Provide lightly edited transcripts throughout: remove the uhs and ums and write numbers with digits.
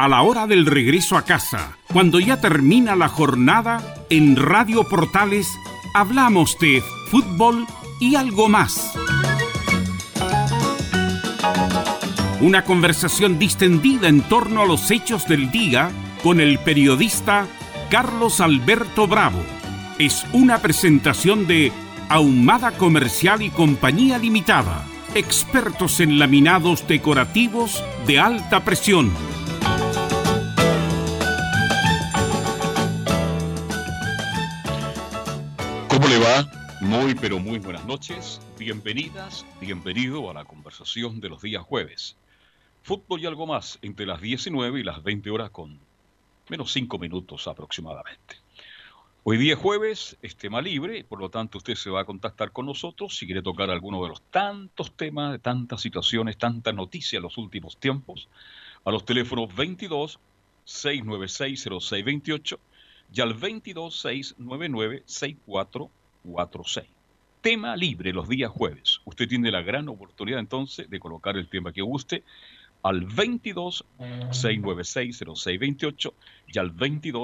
a la hora del regreso a casa, cuando ya termina la jornada, en Radio Portales hablamos de fútbol y algo más. Una conversación distendida en torno a los hechos del día con el periodista Carlos Alberto Bravo. Es una presentación de Ahumada Comercial y Compañía Limitada, expertos en laminados decorativos de alta presión. ¿Cómo le va? Muy, pero muy buenas noches. Bienvenidas, bienvenido a la conversación de los días jueves. Fútbol y algo más entre las 19 y las 20 horas con menos 5 minutos aproximadamente. Hoy día jueves es tema libre, por lo tanto usted se va a contactar con nosotros si quiere tocar alguno de los tantos temas, de tantas situaciones, tantas noticias en los últimos tiempos, a los teléfonos 22-696-0628 y al 22-699-6446. Tema libre los días jueves. Usted tiene la gran oportunidad entonces de colocar el tema que guste al 22-696-0628 y al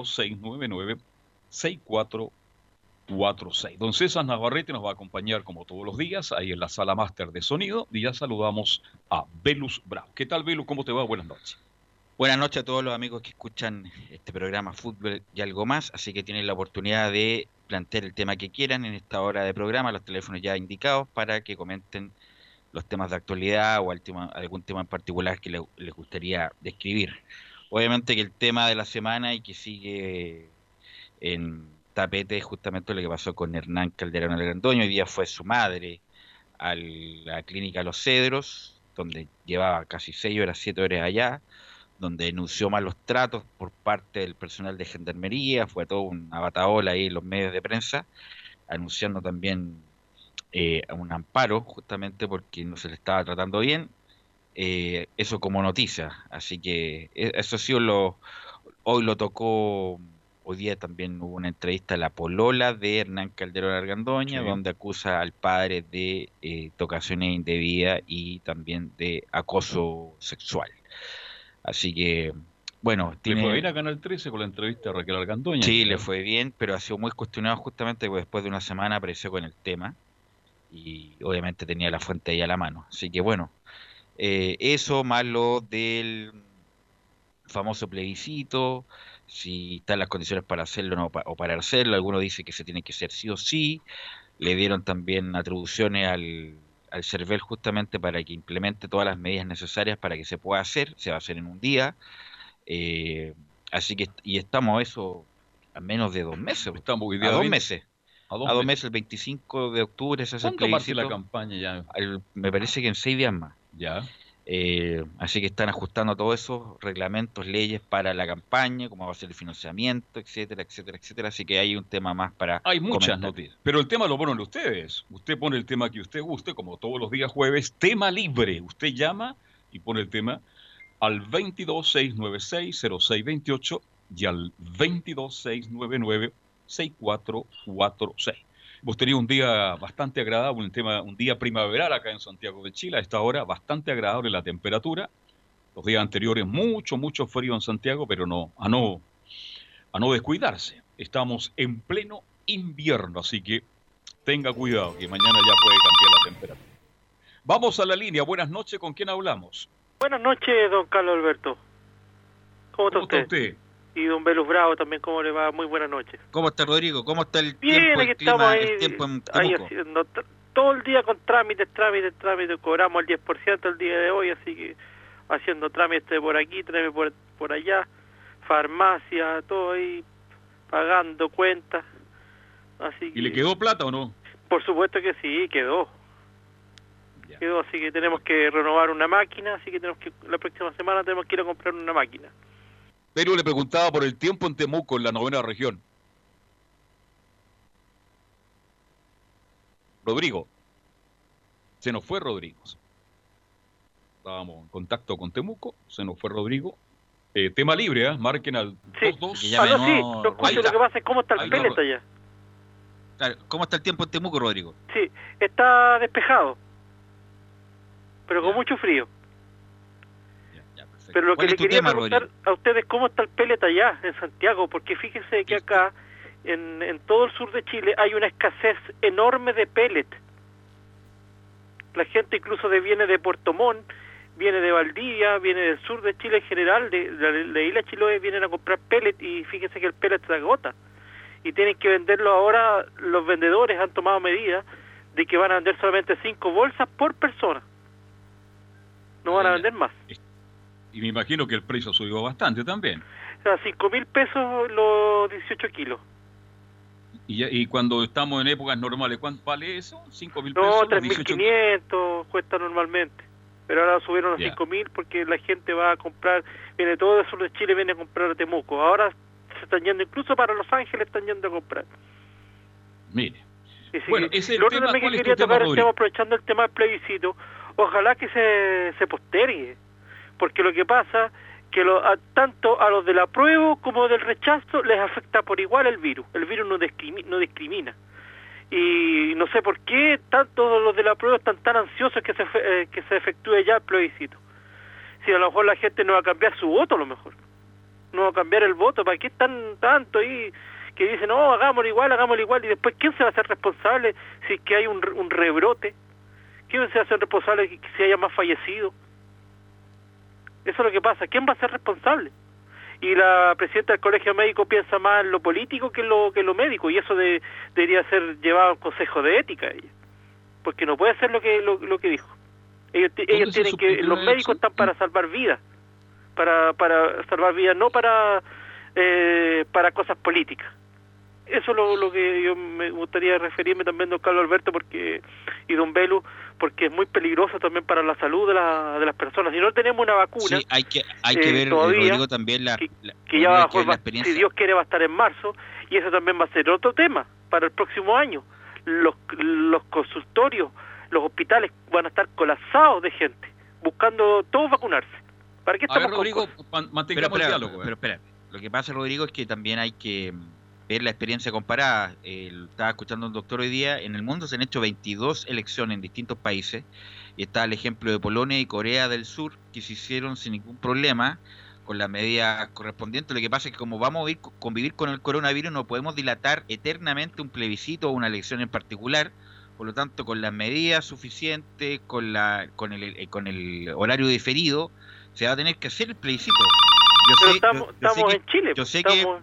22-699-6446. Don César Navarrete nos va a acompañar como todos los días ahí en la sala máster de sonido y ya saludamos a Velus Bravo. ¿Qué tal, Velus? ¿Cómo te va? Buenas noches. Buenas noches a todos los amigos que escuchan este programa Fútbol y algo más, así que tienen la oportunidad de plantear el tema que quieran en esta hora de programa, los teléfonos ya indicados para que comenten los temas de actualidad o algún tema en particular que les gustaría describir. Obviamente que el tema de la semana y que sigue en tapete es justamente lo que pasó con Hernán Calderón Argandoña. Hoy día fue su madre a la clínica Los Cedros, donde llevaba casi 6 horas, 7 horas allá, donde denunció malos tratos por parte del personal de Gendarmería. Fue todo una batahola ahí en los medios de prensa, anunciando también un amparo justamente porque no se le estaba tratando bien, eso como noticia. Así que eso ha sido hoy lo tocó. Hoy día también hubo una entrevista a la polola de Hernán Calderón Argandoña, sí, donde acusa al padre de tocaciones indebidas y también de acoso sexual. Así que, bueno, ¿Le fue bien a Canal 13 con la entrevista a Raquel Argandoña? Sí, le fue bien, pero ha sido muy cuestionado justamente porque después de una semana apareció con el tema y obviamente tenía la fuente ahí a la mano. Así que bueno, eso más lo del famoso plebiscito, si están las condiciones para hacerlo o para hacerlo. Algunos dicen que se tiene que hacer sí o sí. Le dieron también atribuciones al CERVEL justamente para que implemente todas las medidas necesarias para que se pueda hacer. Se va a hacer en un día. Así que, y estamos a eso a menos de 2 meses. Estamos hoy a día 2 meses. A 2 meses. El 25 de octubre se hace el ¿Cuándo parte plebiscito. la campaña ya? Me parece que en 6 días más. Ya. Así que están ajustando todos esos reglamentos, leyes para la campaña, cómo va a ser el financiamiento, etcétera, etcétera, etcétera. Así que hay un tema más para Hay muchas comentar. noticias, pero el tema lo ponen ustedes. Usted pone el tema que usted guste, como todos los días jueves, tema libre. Usted llama y pone el tema al 22-696-0628 y al 22-699-6446. Hemos tenido un día bastante agradable, un día primaveral acá en Santiago de Chile. A esta hora bastante agradable la temperatura. Los días anteriores mucho frío en Santiago, pero a no descuidarse. Estamos en pleno invierno, así que tenga cuidado que mañana ya puede cambiar la temperatura. Vamos a la línea. Buenas noches. ¿Con quién hablamos? Buenas noches, don Carlos Alberto. ¿Cómo está usted? Y don Velus Bravo también, ¿cómo le va? Muy buenas noches. ¿Cómo está, Rodrigo? ¿Cómo está el bien, tiempo, el clima, el tiempo en Temuco? Ahí haciendo todo el día con trámites. Cobramos el 10% el día de hoy, así que haciendo trámites por aquí, trámites por allá, farmacia, todo ahí, pagando cuentas. Así que... ¿Y le quedó plata o no? Por supuesto que sí, quedó. Ya. Quedó, así que tenemos que renovar una máquina, así que la próxima semana tenemos que ir a comprar una máquina. Pero le preguntaba por el tiempo en Temuco, en la 9ª región. Rodrigo. Se nos fue Rodrigo. Estábamos en contacto con Temuco, se nos fue Rodrigo. Tema libre, ¿eh? Marquen al 22. Sí, lo escucho, lo que pasa es cómo está el pellet allá. Claro, ¿cómo está el tiempo en Temuco, Rodrigo? Sí, está despejado, pero con mucho frío. Ya, perfecto. Pero lo que le quería preguntar a ustedes, ¿cómo está el pellet allá en Santiago? Porque fíjense que acá, en todo el sur de Chile, hay una escasez enorme de pellet. La gente incluso viene de Puerto Montt, viene de Valdivia, viene del sur de Chile en general, de Isla Chiloé, vienen a comprar pellet y fíjense que el pellet se agota. Y tienen que venderlo ahora, los vendedores han tomado medidas de que van a vender solamente 5 bolsas por persona. No van a vender más. Y me imagino que el precio subió bastante también. O sea, 5.000 pesos los 18 kilos. Y cuando estamos en épocas normales, ¿cuánto vale eso? ¿5.000 pesos? No, 3.500 cuesta normalmente. Pero ahora subieron a 5.000 porque la gente va a comprar, viene todo el sur de Chile, viene a comprar a Temuco. Ahora se están yendo, incluso para Los Ángeles están yendo a comprar. Mire. Bueno, ese lo otro tema, también que quería tocar, estamos aprovechando el tema del plebiscito, ojalá que se postergue, porque lo que pasa que tanto a los del apruebo como del rechazo les afecta por igual el virus no discrimina, y no sé por qué tanto los del apruebo están tan ansiosos que se efectúe ya el plebiscito. Si a lo mejor la gente no va a cambiar su voto, a lo mejor no va a cambiar el voto, ¿para qué están tanto ahí que dicen, no, hagámoslo igual, y después ¿quién se va a hacer responsable si es que hay un rebrote? ¿Quién se va a hacer responsable si haya más fallecidos? Eso es lo que pasa, ¿quién va a ser responsable? Y la presidenta del Colegio Médico piensa más en lo político que en lo médico, y eso debería ser llevado a un consejo de ética ella, porque no puede ser lo que dijo. Ellos tienen que, los médicos están para salvar vidas, para salvar vidas, no para cosas políticas. Eso es lo que yo me gustaría referirme también, don Carlos Alberto, y don Belu, porque es muy peligroso también para la salud de las personas. Si no tenemos una vacuna, sí, hay que ver, Rodrigo, también que ya va a si Dios quiere va a estar en marzo, y eso también va a ser otro tema para el próximo año. Los consultorios, los hospitales van a estar colapsados de gente, buscando todos vacunarse. ¿Para qué estamos, Rodrigo, mantengamos el diálogo? Pero espera, lo que pasa, Rodrigo, es que también hay que ver la experiencia comparada. Estaba escuchando a un doctor hoy día, en el mundo se han hecho 22 elecciones en distintos países, y está el ejemplo de Polonia y Corea del Sur, que se hicieron sin ningún problema, con las medidas correspondientes. Lo que pasa es que como vamos a convivir con el coronavirus, no podemos dilatar eternamente un plebiscito o una elección en particular. Por lo tanto, con las medidas suficientes, con el horario diferido, se va a tener que hacer el plebiscito. Estamos en Chile. Yo sé que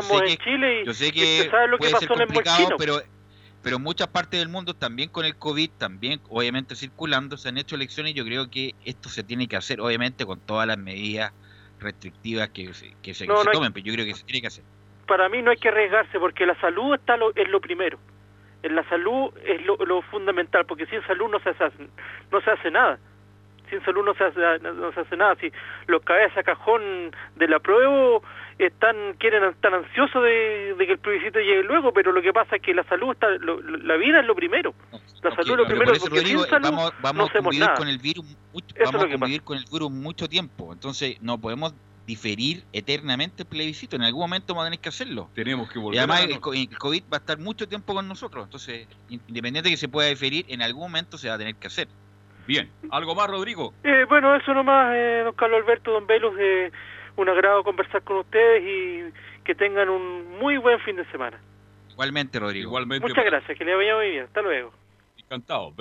usted sabe lo puede que ser pasó complicado, pero en muchas partes del mundo, también con el COVID, también obviamente circulando, se han hecho elecciones, y yo creo que esto se tiene que hacer, obviamente con todas las medidas restrictivas que se tomen, pero yo creo que se tiene que hacer. Para mí no hay que arriesgarse, porque la salud es lo primero. En la salud es lo fundamental, porque sin salud no se hace nada. Sin salud no se hace nada. Si los cabezas cajón del apruebo están ansiosos de que el plebiscito llegue luego, pero lo que pasa es que la salud la vida es lo primero. La salud es lo primero, eso, porque Rodrigo, sin salud vamos no a convivir nada. Con el virus con el virus mucho tiempo, entonces no podemos diferir eternamente el plebiscito. En algún momento vamos a tener que hacerlo. Tenemos que volver. Y además el COVID va a estar mucho tiempo con nosotros, entonces independiente de que se pueda diferir, en algún momento se va a tener que hacer. Bien, ¿algo más, Rodrigo? Bueno, eso nomás, don Carlos Alberto, don Velus, un agrado conversar con ustedes y que tengan un muy buen fin de semana. Igualmente, Rodrigo. Igualmente. Muchas gracias, que le vaya muy bien. Hasta luego. Encantado.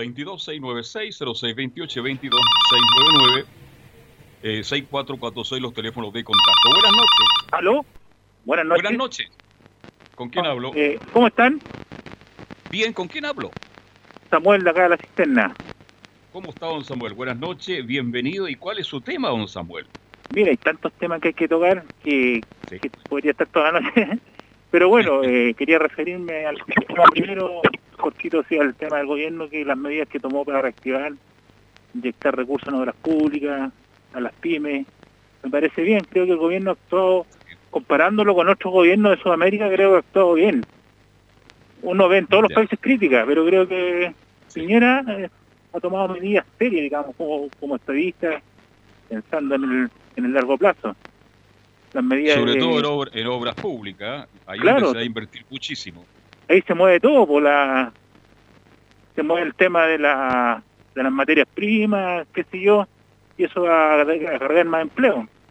22-696-0628, 22-699-6446, los teléfonos de contacto. Buenas noches. ¿Aló? Buenas noches. Buenas noches. ¿Con quién hablo? ¿Cómo están? Bien, ¿con quién hablo? Samuel, de acá de la cisterna. ¿Cómo está, don Samuel? Buenas noches, bienvenido. ¿Y cuál es su tema, don Samuel? Mira, hay tantos temas que hay que tocar que podría estar toda la noche. Pero bueno, quería referirme al tema primero, cortito, sí, al tema del gobierno, que las medidas que tomó para reactivar, inyectar recursos en obras públicas, a las pymes, me parece bien. Creo que el gobierno ha actuado, comparándolo con otros gobiernos de Sudamérica, creo que ha actuado bien. Uno ve en todos los países críticas, pero creo que Piñera ha tomado medidas serias, digamos, como estadista, pensando en el largo plazo. Las medidas sobre todo en obras públicas, ahí claro, donde se va a invertir muchísimo. Ahí se mueve todo, se mueve el tema de las materias primas, qué sé yo, y eso va a cargar más empleo.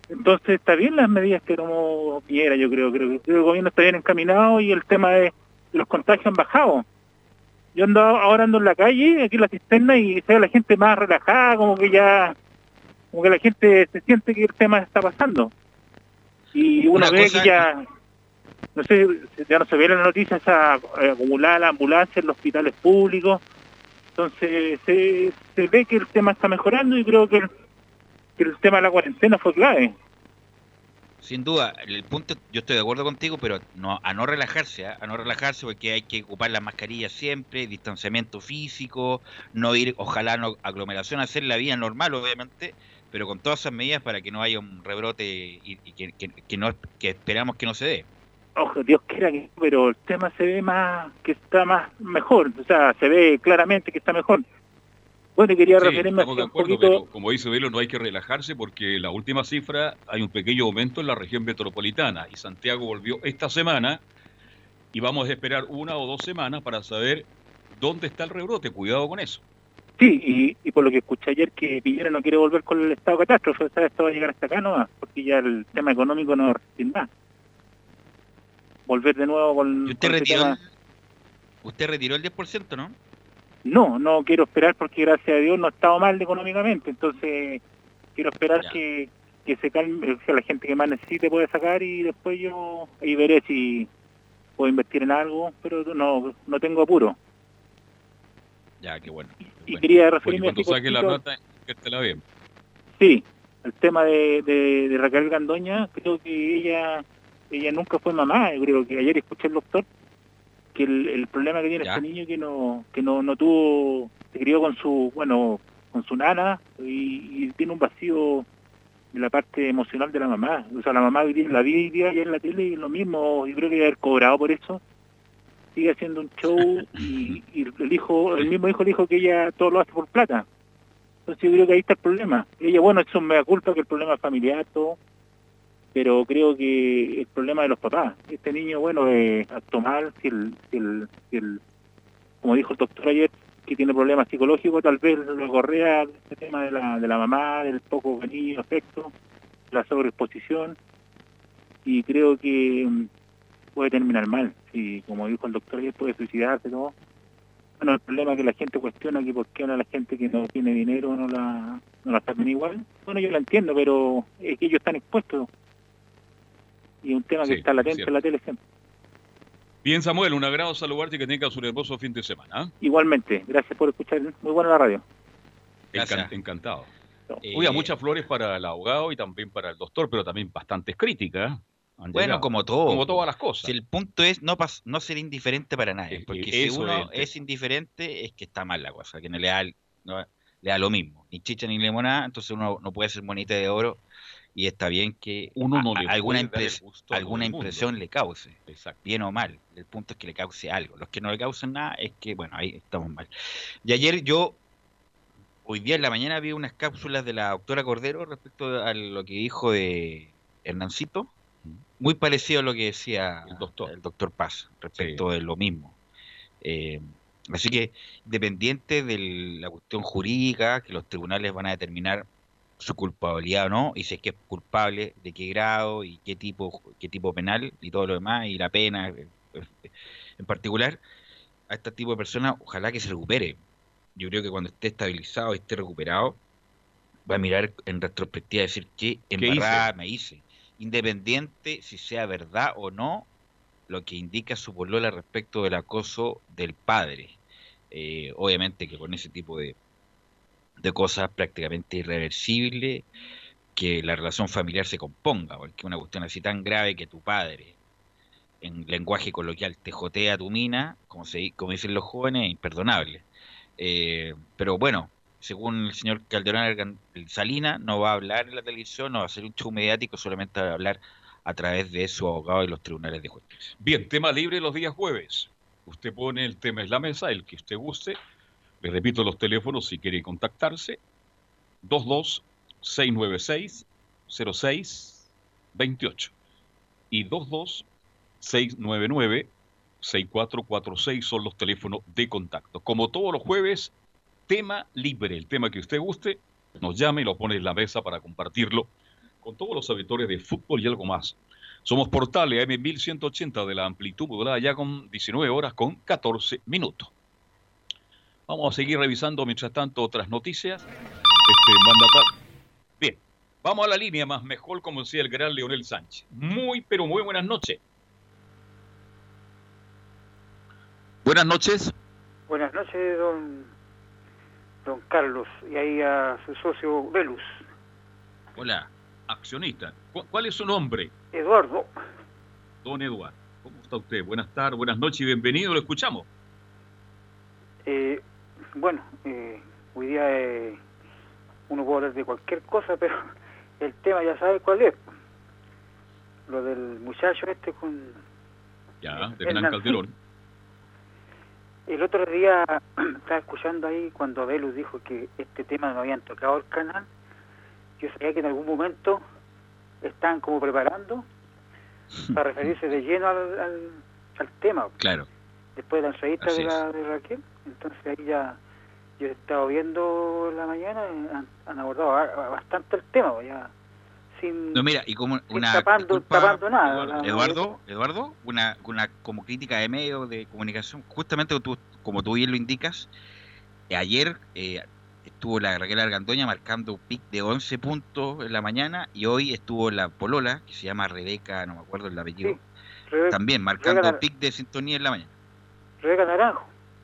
Entonces está bien las medidas que tomó Piñera, yo creo que el gobierno está bien encaminado y el tema de los contagios han bajado. Yo ahora ando en la calle, aquí en la cisterna, y se ve la gente más relajada, como que la gente se siente que el tema está pasando. Y uno ve que ya, no sé, ya no se ve en las noticias acumulada la ambulancia en los hospitales públicos. Entonces se ve que el tema está mejorando y creo que el tema de la cuarentena fue clave. Sin duda, el punto, yo estoy de acuerdo contigo, pero a no relajarse, a no relajarse, porque hay que ocupar las mascarillas siempre, distanciamiento físico, no ir, ojalá no aglomeración, hacer la vida normal, obviamente, pero con todas esas medidas para que no haya un rebrote y que esperamos que no se dé. Ojo, Dios quiera que, pero el tema se ve que está mejor, o sea, se ve claramente que está mejor. Bueno, quería referirme estamos de acuerdo, pero como dice Velo, no hay que relajarse porque la última cifra, hay un pequeño aumento en la región metropolitana y Santiago volvió esta semana y vamos a esperar 1 o 2 semanas para saber dónde está el rebrote. Cuidado con eso. Sí, y por lo que escuché ayer que Piñera no quiere volver con el estado de catástrofe, o sea, esto va a llegar hasta acá nomás, porque ya el tema económico no resiste más. Volver de nuevo con... ¿Y usted retiró el 10%, no? No quiero esperar porque gracias a Dios no ha estado mal económicamente, entonces quiero esperar que se calme, o sea, la gente que más necesite puede sacar y después yo ahí veré si puedo invertir en algo, pero no tengo apuro. Ya, qué bueno. Y quería referirme cuando saque la plata, inviértela bien. Sí, el tema de Raquel Gandoña, creo que ella nunca fue mamá, yo creo que ayer escuché al doctor que el problema que tiene este niño que no tuvo, se crió con su nana y tiene un vacío en la parte emocional de la mamá. O sea, la mamá la vi ayer en la tele y lo mismo, yo creo que debe haber cobrado por eso. Sigue haciendo un show y el mismo hijo le dijo que ella todo lo hace por plata. Entonces yo creo que ahí está el problema. Ella, eso me da culpa que el problema es familiar, todo, pero creo que el problema de los papás. Este niño, actuó mal, como dijo el doctor ayer, que tiene problemas psicológicos, tal vez lo correa este tema de la mamá, del poco cariño, afecto, la sobreexposición, y creo que puede terminar mal. Y como dijo el doctor ayer, puede suicidarse, todo. Bueno, el problema es que la gente cuestiona que por qué ahora la gente que no tiene dinero no la traten igual. Bueno, yo lo entiendo, pero es que ellos están expuestos. Y un tema que está latente en la tele siempre. Bien, Samuel, un agrado saludarte y que tengas un hermoso fin de semana. Igualmente, gracias por escuchar. Muy buena la radio. Encantado. Oiga, muchas flores para el abogado y también para el doctor, pero también bastantes críticas. Bueno, como todo. Como todas las cosas. Si el punto es no ser indiferente para nadie, porque si uno es indiferente es que está mal la cosa, que no le da lo mismo, ni chicha ni limonada, entonces uno no puede ser monita de oro. Y está bien que uno no alguna impresión le cause, bien o mal. El punto es que le cause algo. Los que no le causan nada es que, ahí estamos mal. Y hoy día en la mañana vi unas cápsulas de la doctora Cordero respecto a lo que dijo de Hernancito, muy parecido a lo que decía el doctor Paz respecto de lo mismo. Así que, dependiente de la cuestión jurídica, que los tribunales van a determinar su culpabilidad o no, y si es que es culpable, de qué grado y qué tipo penal y todo lo demás, y la pena en particular, a este tipo de personas, ojalá que se recupere. Yo creo que cuando esté estabilizado y esté recuperado, va a mirar en retrospectiva y decir qué embarrada me hice, independiente si sea verdad o no lo que indica su polola respecto del acoso del padre. Obviamente que con ese tipo de cosas prácticamente irreversibles, que la relación familiar se componga, porque una cuestión así tan grave que tu padre, en lenguaje coloquial, te jotea a tu mina, como dicen los jóvenes, es imperdonable. Pero bueno, según el señor Calderón Salinas, no va a hablar en la televisión, no va a hacer un show mediático, solamente va a hablar a través de su abogado y los tribunales de justicia. Bien, tema libre los días jueves. Usted pone el tema en la mesa, el que usted guste. Les repito los teléfonos si quiere contactarse. 22-696-0628 y 22-699-6446 son los teléfonos de contacto. Como todos los jueves, tema libre, el tema que usted guste, nos llame y lo pone en la mesa para compartirlo con todos los auditores de Fútbol y Algo Más. Somos Portales AM 1180 de la amplitud modulada ya con 19 horas con 14 minutos. Vamos a seguir revisando mientras tanto otras noticias. Bien, vamos a la línea más mejor, como decía el gran Leonel Sánchez. Muy, pero muy buenas noches. Buenas noches. Buenas noches, don Carlos, y ahí a su socio Velus. Hola, accionista. ¿Cuál es su nombre? Eduardo. Don Eduardo. ¿Cómo está usted? Buenas tardes, buenas noches y bienvenido, lo escuchamos. Hoy día uno puede hablar de cualquier cosa, pero el tema ya sabe cuál es. Lo del muchacho con... Ya, de Hernán Calderón. El otro día estaba escuchando ahí cuando Velus dijo que este tema no habían tocado el canal. Yo sabía que en algún momento estaban como preparando para referirse de lleno al tema. Claro. Después de la entrevista de Raquel. Entonces ahí ya yo he estado viendo en la mañana, han abordado bastante el tema, ya sin... No, mira, y como una... tapando nada. Eduardo, una como crítica de medios de comunicación, justamente como tú bien lo indicas, ayer estuvo la Raquel Argandoña marcando un pic de 11 puntos en la mañana, y hoy estuvo la polola, que se llama Rebeca, no me acuerdo el apellido, también marcando pic de sintonía en la mañana. Rebeca Naranjo,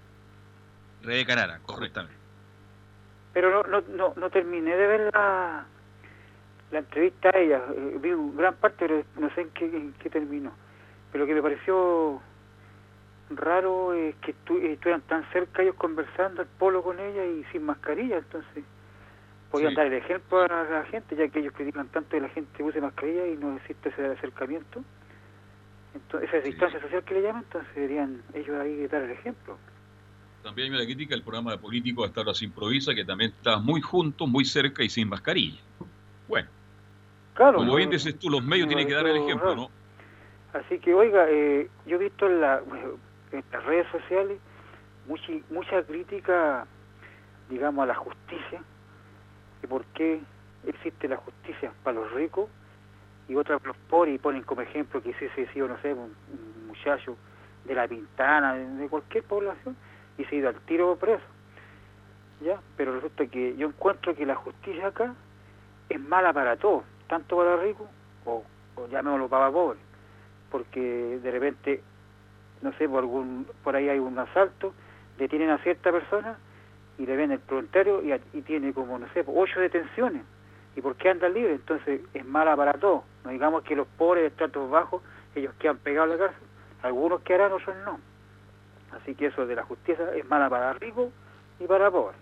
correctamente. Pero no terminé de ver la entrevista a ella, vi gran parte, pero no sé en qué terminó. Pero lo que me pareció raro es que estuvieran tan cerca ellos conversando al polo con ella y sin mascarilla, entonces podían dar el ejemplo a la gente, ya que ellos critican tanto que la gente use mascarilla y no existe ese acercamiento, entonces esa distancia social que le llaman, entonces deberían ellos ahí dar el ejemplo. También hay una crítica el programa de políticos hasta ahora se improvisa, que también está muy juntos, muy cerca y sin mascarilla. Bueno, claro, como bien dices tú, los medios tienen que dar el ejemplo, ¿no? Así que, oiga, yo he visto en las redes sociales mucha crítica, digamos, a la justicia, y por qué existe la justicia para los ricos y otra para los pobres, y ponen como ejemplo que si ese sido, no sé, un muchacho de La Pintana, de cualquier población, y se ha ido al tiro preso, ¿ya? Pero resulta que yo encuentro que la justicia acá es mala para todos, tanto para ricos o llamémoslo para pobres, porque de repente, no sé, por ahí hay un asalto, detienen a cierta persona y le ven el voluntario y tiene como, no sé, 8 detenciones. ¿Y por qué anda libre? Entonces es mala para todos. No digamos que los pobres de estratos bajos, ellos quedan pegados a la cárcel. Algunos quedarán, otros no. Así que eso de la justicia es mala para ricos y para pobres.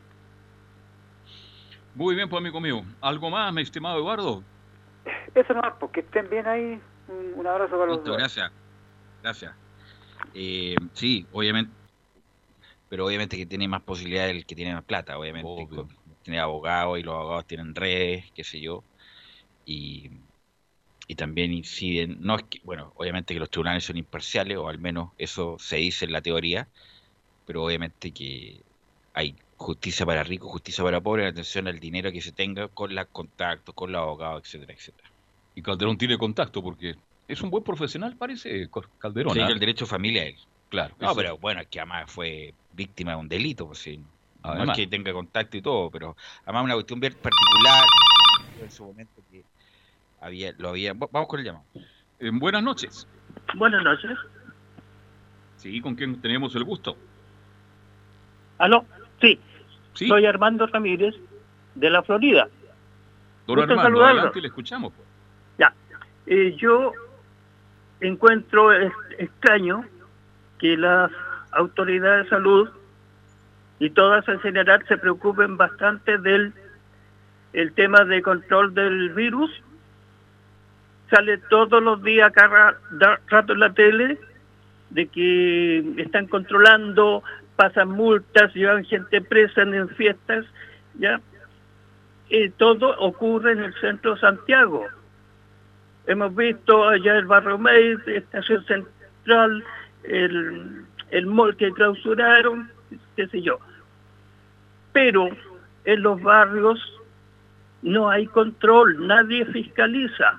Muy bien, pues, amigo mío. ¿Algo más, mi estimado Eduardo? Eso nomás, porque estén bien ahí. Un abrazo para los dos. Gracias. Sí, obviamente, pero obviamente que tiene más posibilidades el que tiene más plata, obviamente. Tiene abogados y los abogados tienen redes, qué sé yo, y también inciden, no es que, bueno, obviamente que los tribunales son imparciales, o al menos eso se dice en la teoría, pero obviamente que hay justicia para ricos, justicia para pobres, atención al dinero que se tenga con los contactos, con los abogados, etcétera, etcétera. Y Calderón tiene contacto porque es un buen profesional, parece, Calderón. Sí, el derecho de familia él. Claro. No, pero bueno, es que además fue víctima de un delito, pues sí. No es que tenga contacto y todo, pero además una cuestión bien particular en su momento que lo había. Vamos con el llamado. Buenas noches. Buenas noches. Sí, ¿con quién tenemos el gusto? ¿Aló? Sí. Soy Armando Ramírez, de la Florida. Don Armando, adelante, le escuchamos. Pues. Ya. Yo encuentro extraño que las autoridades de salud y todas en general se preocupen bastante del tema de control del virus. Sale todos los días, cada rato en la tele, de que están controlando, pasan multas, llevan gente presa en fiestas, ¿ya? Todo ocurre en el centro de Santiago. Hemos visto allá el Barrio Meir, Estación Central, el mall que clausuraron, qué sé yo. Pero en los barrios no hay control, nadie fiscaliza.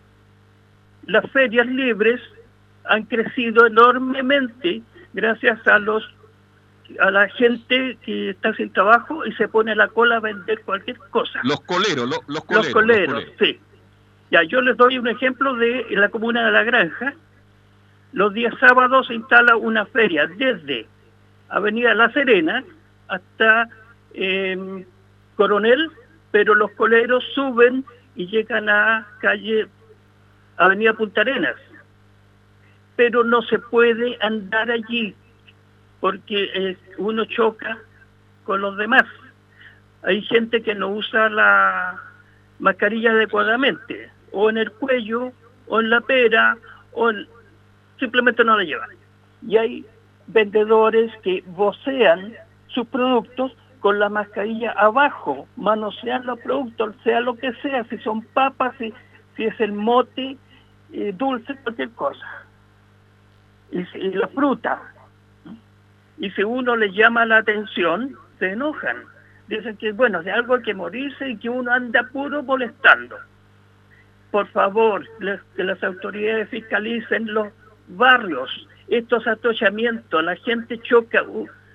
Las ferias libres han crecido enormemente gracias a la gente que está sin trabajo y se pone a la cola a vender cualquier cosa. Los coleros. Sí. Ya, yo les doy un ejemplo de la comuna de La Granja. Los días sábados se instala una feria desde Avenida La Serena hasta Coronel, pero los coleros suben y llegan a calle Avenida Punta Arenas. Pero no se puede andar allí porque uno choca con los demás. Hay gente que no usa la mascarilla adecuadamente, o en el cuello, o en la pera, simplemente no la llevan. Y hay vendedores que vocean sus productos con la mascarilla abajo, manosean los productos, sea lo que sea, si son papas, si es el mote, dulce, cualquier cosa. Y la fruta. Y si uno les llama la atención, se enojan. Dicen que, bueno, de algo hay que morirse y que uno anda puro molestando. Por favor, que las autoridades fiscalicen los barrios, estos atochamientos, la gente choca.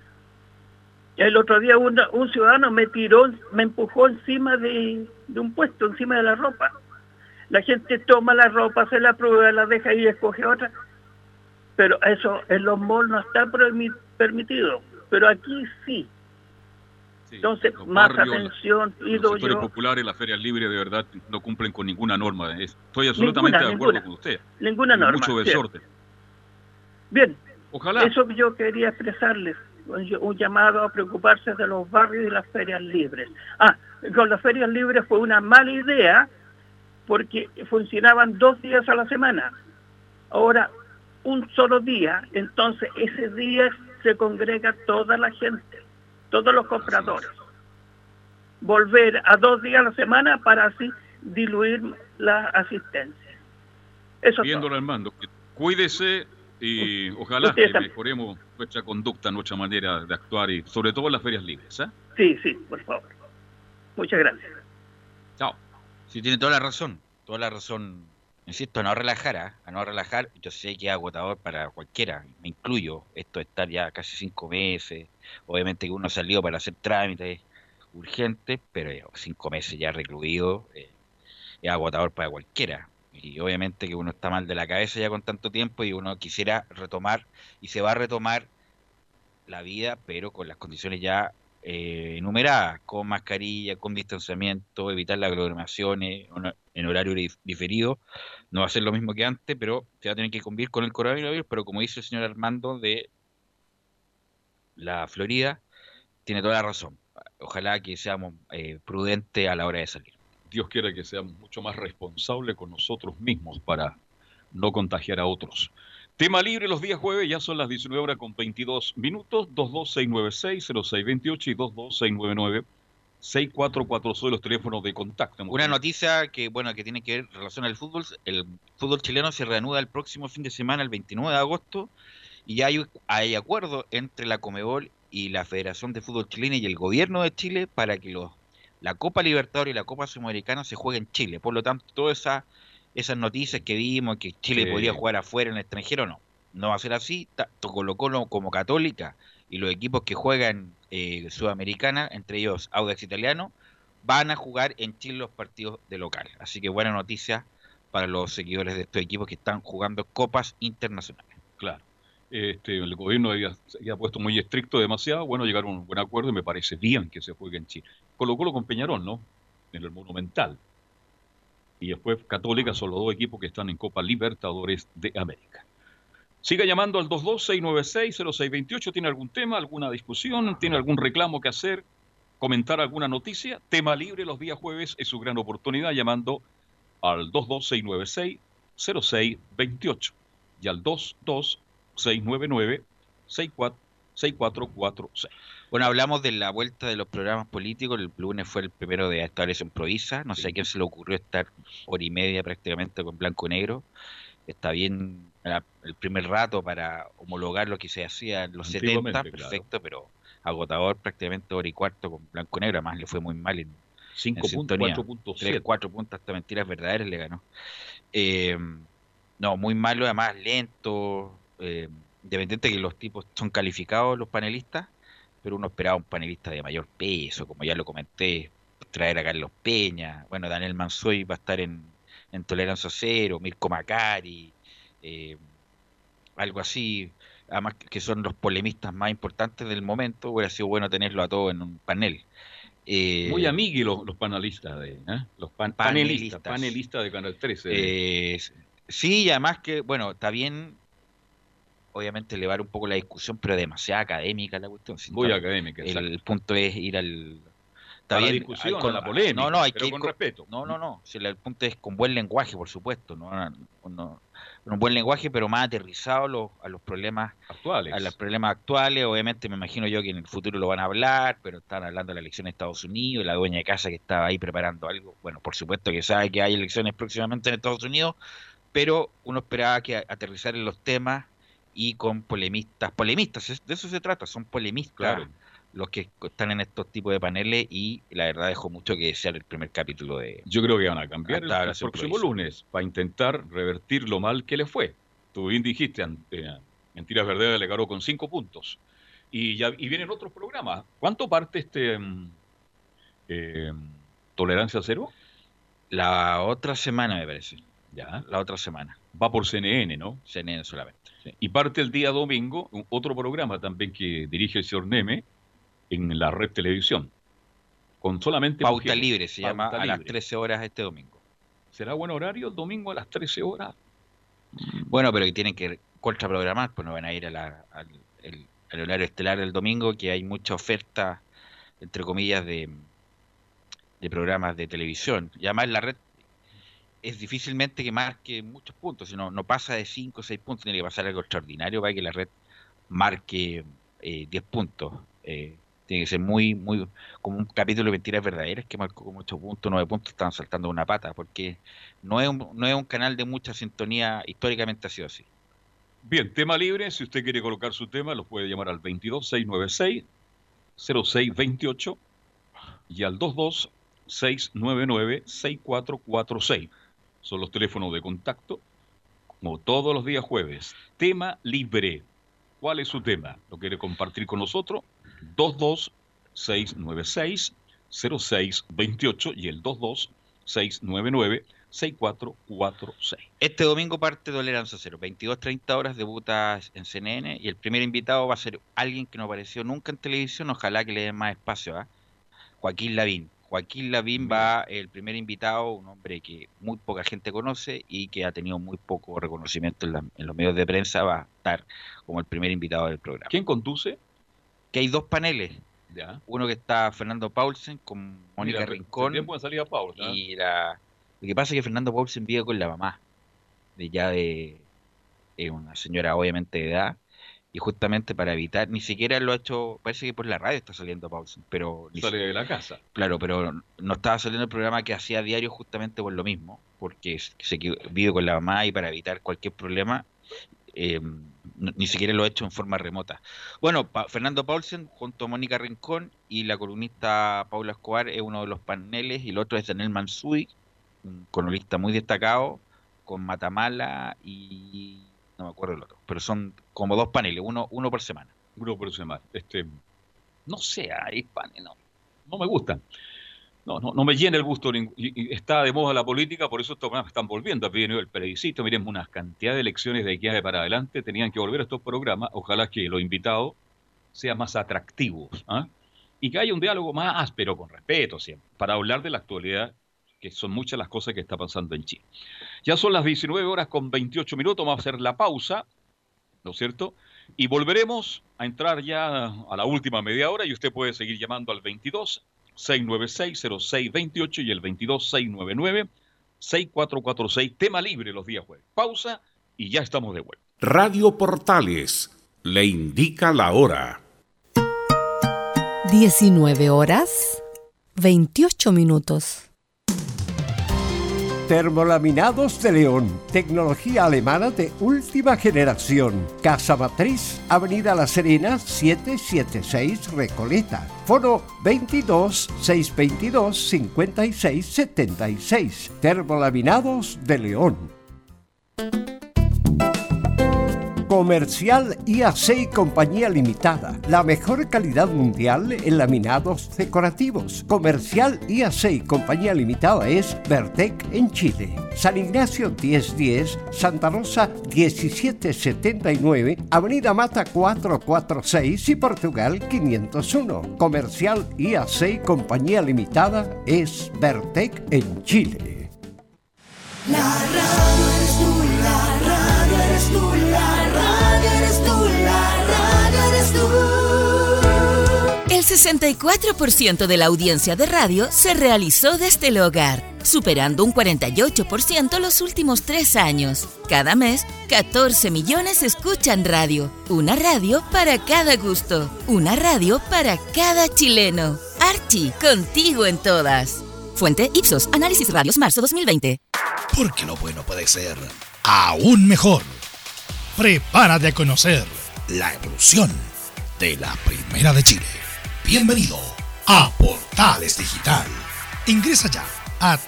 El otro día un ciudadano me empujó encima de un puesto, encima de la ropa. La gente toma la ropa, se la prueba, la deja y escoge otra. Pero eso en los malls no está permitido, pero aquí sí. Entonces, más barrios, atención, los sectores populares, las ferias libres, de verdad, no cumplen con ninguna norma. Estoy absolutamente de acuerdo con usted. Ninguna norma. Mucho desorden. Bien, ojalá. Eso yo quería expresarles, un llamado a preocuparse de los barrios y las ferias libres. Con las ferias libres fue una mala idea, porque funcionaban 2 días a la semana. Ahora, un solo día, entonces ese día se congrega toda la gente, todos los compradores. Volver a 2 días a la semana para así diluir la asistencia. Eso viéndolo, Armando, cuídese y ojalá que mejoremos nuestra conducta, nuestra manera de actuar y sobre todo en las ferias libres. Sí, por favor. Muchas gracias. Chao. Sí, tiene toda la razón. Insisto, a no relajar. Yo sé que es agotador para cualquiera, me incluyo. Esto de estar ya casi 5 meses, obviamente que uno salió para hacer trámites urgentes, pero 5 meses ya recluido es agotador para cualquiera. Y obviamente que uno está mal de la cabeza ya con tanto tiempo y uno quisiera retomar, y se va a retomar la vida, pero con las condiciones ya enumeradas, con mascarilla, con distanciamiento, evitar las aglomeraciones en horario diferido. No va a ser lo mismo que antes, pero se va a tener que convivir con el coronavirus. Pero como dice el señor Armando de la Florida, tiene toda la razón. Ojalá que seamos prudentes a la hora de salir. Dios quiera que seamos mucho más responsables con nosotros mismos para no contagiar a otros. Tema libre los días jueves, ya son las 19:22. 22696-0628 y 22699-6440 son los teléfonos de contacto. Una noticia que tiene que ver en relación al fútbol. El fútbol chileno se reanuda el próximo fin de semana, el 29 de agosto, y ya hay acuerdo entre la Conmebol y la Federación de Fútbol Chilena y el gobierno de Chile para que la Copa Libertadores y la Copa Sudamericana se jueguen en Chile. Por lo tanto, todas esas noticias que vimos, que Chile podría jugar afuera en el extranjero, no va a ser así. Colo-Colo como Católica y los equipos que juegan Sudamericana, entre ellos Audax Italiano, van a jugar en Chile los partidos de local. Así que buena noticia para los seguidores de estos equipos que están jugando copas internacionales. Claro. El gobierno había puesto muy estricto, demasiado. Bueno, llegaron a un buen acuerdo y me parece bien que se juegue en Chile. Colo-Colo con Peñarol, ¿no? En el Monumental. Y después Católica son los 2 equipos que están en Copa Libertadores de América. Siga llamando al 22696-0628. ¿Tiene algún tema, alguna discusión? ¿Tiene algún reclamo que hacer? ¿Comentar alguna noticia? Tema libre los días jueves es su gran oportunidad llamando al 22696-0628 y al 22699-6446. Bueno, hablamos de la vuelta de los programas políticos. El lunes fue el primero de esta vez improvisa. No sé a quién se le ocurrió estar 1h30 prácticamente con blanco y negro. Está bien el primer rato para homologar lo que se hacía en los 70, perfecto, claro. Pero agotador prácticamente 1h15 con blanco y negro. Además le fue muy mal 5 puntos, 4.7. 4 puntos hasta Mentiras Verdaderas le ganó. No, muy malo, además lento. Independiente que los tipos son calificados, los panelistas, pero uno esperaba un panelista de mayor peso, como ya lo comenté, traer a Carlos Peña, bueno, Daniel Manzoy va a estar en Tolerancia Cero, Mirko Macari, algo así, además que son los polemistas más importantes del momento. Hubiera sido bueno tenerlo a todos en un panel. Muy amiguos los panelistas, los panelistas de Canal 13. Sí, y además que, bueno, está bien, obviamente elevar un poco la discusión, pero demasiado académica la cuestión. Muy académica. El punto es ir al... Está bien, la discusión, con la polémica, no, hay pero que con respeto. No. Si el punto es con buen lenguaje, por supuesto, un buen lenguaje, pero más aterrizado a los problemas actuales. A los problemas actuales. Obviamente me imagino yo que en el futuro lo van a hablar, pero están hablando de la elección de Estados Unidos, la dueña de casa que estaba ahí preparando algo. Bueno, por supuesto que sabe que hay elecciones próximamente en Estados Unidos, pero uno esperaba que aterrizar en los temas y con polemistas, de eso se trata, son polemistas, claro, los que están en estos tipos de paneles, y la verdad dejó mucho que desear el primer capítulo de... Yo creo que van a cambiar el próximo lunes para intentar revertir lo mal que le fue. Tú bien dijiste, Mentiras Verdaderas le ganó con 5 puntos. Y vienen otros programas. ¿Cuánto parte Tolerancia Cero? La otra semana, me parece. Ya. La otra semana. Va por CNN, ¿no? CNN solamente. Sí. Y parte el día domingo otro programa también que dirige el señor Neme en la red televisión. Con solamente Pauta mujeres. Libre, se llama, a las 13 horas este domingo. ¿Será buen horario el domingo a las 13 horas? Bueno, pero que tienen que contraprogramar, pues no van a ir al horario estelar del domingo, que hay mucha oferta, entre comillas, de programas de televisión. Y además la red es difícilmente que marque muchos puntos, sino no pasa de 5 o 6 puntos, tiene que pasar algo extraordinario para que la red marque 10 puntos. Tiene que ser muy, muy, como un capítulo de Mentiras Verdaderas que marcó como 8 puntos, 9 puntos, estaban saltando una pata, porque no es un canal de mucha sintonía, históricamente ha sido así. Bien, tema libre, si usted quiere colocar su tema, lo puede llamar al 22-696-0628 y al 22-699-6446. Son los teléfonos de contacto, como todos los días jueves. Tema libre. ¿Cuál es su tema? ¿Lo quiere compartir con nosotros? 22-696-0628 y el 22-699-6446. Este domingo parte Tolerancia Cero, 22:30 horas, debuta en CNN, y el primer invitado va a ser alguien que no apareció nunca en televisión, ojalá que le den más espacio, Joaquín Lavín. Joaquín Lavín va el primer invitado, un hombre que muy poca gente conoce y que ha tenido muy poco reconocimiento en los medios de prensa, va a estar como el primer invitado del programa. ¿Quién conduce? Que hay 2 paneles. Ya. Uno que está Fernando Paulsen con Mónica Rincón. Bien puede salir a Paul, ¿no? Y lo que pasa es que Fernando Paulsen vive con la mamá, de una señora obviamente de edad, y justamente para evitar, ni siquiera lo ha hecho, parece que por la radio está saliendo Paulsen, pero... Sale de la casa. Claro, pero no estaba saliendo el programa que hacía diario justamente por lo mismo, porque vive con la mamá y para evitar cualquier problema, ni siquiera lo ha hecho en forma remota. Bueno, Fernando Paulsen junto a Mónica Rincón y la columnista Paula Escobar es uno de los paneles, y el otro es Daniel Manzoy, un columnista muy destacado, con Matamala y... no me acuerdo el otro, pero son como 2 paneles, uno por semana. Uno por semana. No sé, hay paneles, no me gustan. No me llena el gusto. Y está de moda la política, por eso estos programas están volviendo. Ha venido el plebiscito, miren, una cantidad de elecciones de aquí para adelante, tenían que volver a estos programas. Ojalá que los invitados sean más atractivos, y que haya un diálogo más áspero, con respeto siempre, para hablar de la actualidad, que son muchas las cosas que está pasando en Chile. Ya son las 19:28, vamos a hacer la pausa, ¿no es cierto? Y volveremos a entrar ya a la última media hora, y usted puede seguir llamando al 22-696-0628 y el 22-699-6446, tema libre los días jueves. Pausa y ya estamos de vuelta. Radio Portales le indica la hora. 19:28. Termolaminados de León, tecnología alemana de última generación. Casa Matriz, Avenida La Serena, 776 Recoleta. Foro 22 622 5676. Termolaminados de León. Comercial IAC y Compañía Limitada. La mejor calidad mundial en laminados decorativos. Comercial IAC y Compañía Limitada es Vertec en Chile. San Ignacio 1010, Santa Rosa 1779, Avenida Mata 446 y Portugal 501. Comercial IAC y Compañía Limitada es Vertec en Chile. La radio eres tú, la radio eres tú, la radio eres tú, la radio eres tú. El 64% de la audiencia de radio se realizó desde el hogar, superando un 48% los últimos 3 años. Cada mes, 14 millones escuchan radio. Una radio para cada gusto. Una radio para cada chileno. Archie, contigo en todas. Fuente Ipsos, Análisis Radios, marzo 2020. Porque lo bueno puede ser aún mejor. Prepárate a conocer la evolución de la Primera de Chile. Bienvenido a Portales Digital. Ingresa ya a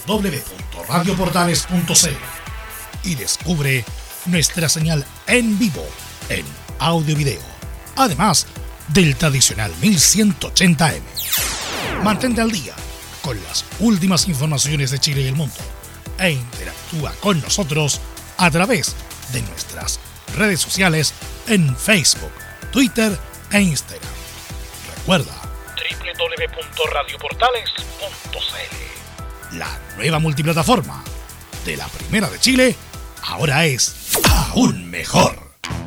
www.radioportales.cl y descubre nuestra señal en vivo en audio y video, además del tradicional 1180M. Mantente al día con las últimas informaciones de Chile y el mundo e interactúa con nosotros a través de nuestras redes sociales en Facebook, Twitter e Instagram. Recuerda www.radioportales.cl. La nueva multiplataforma de la Primera de Chile ahora es aún mejor.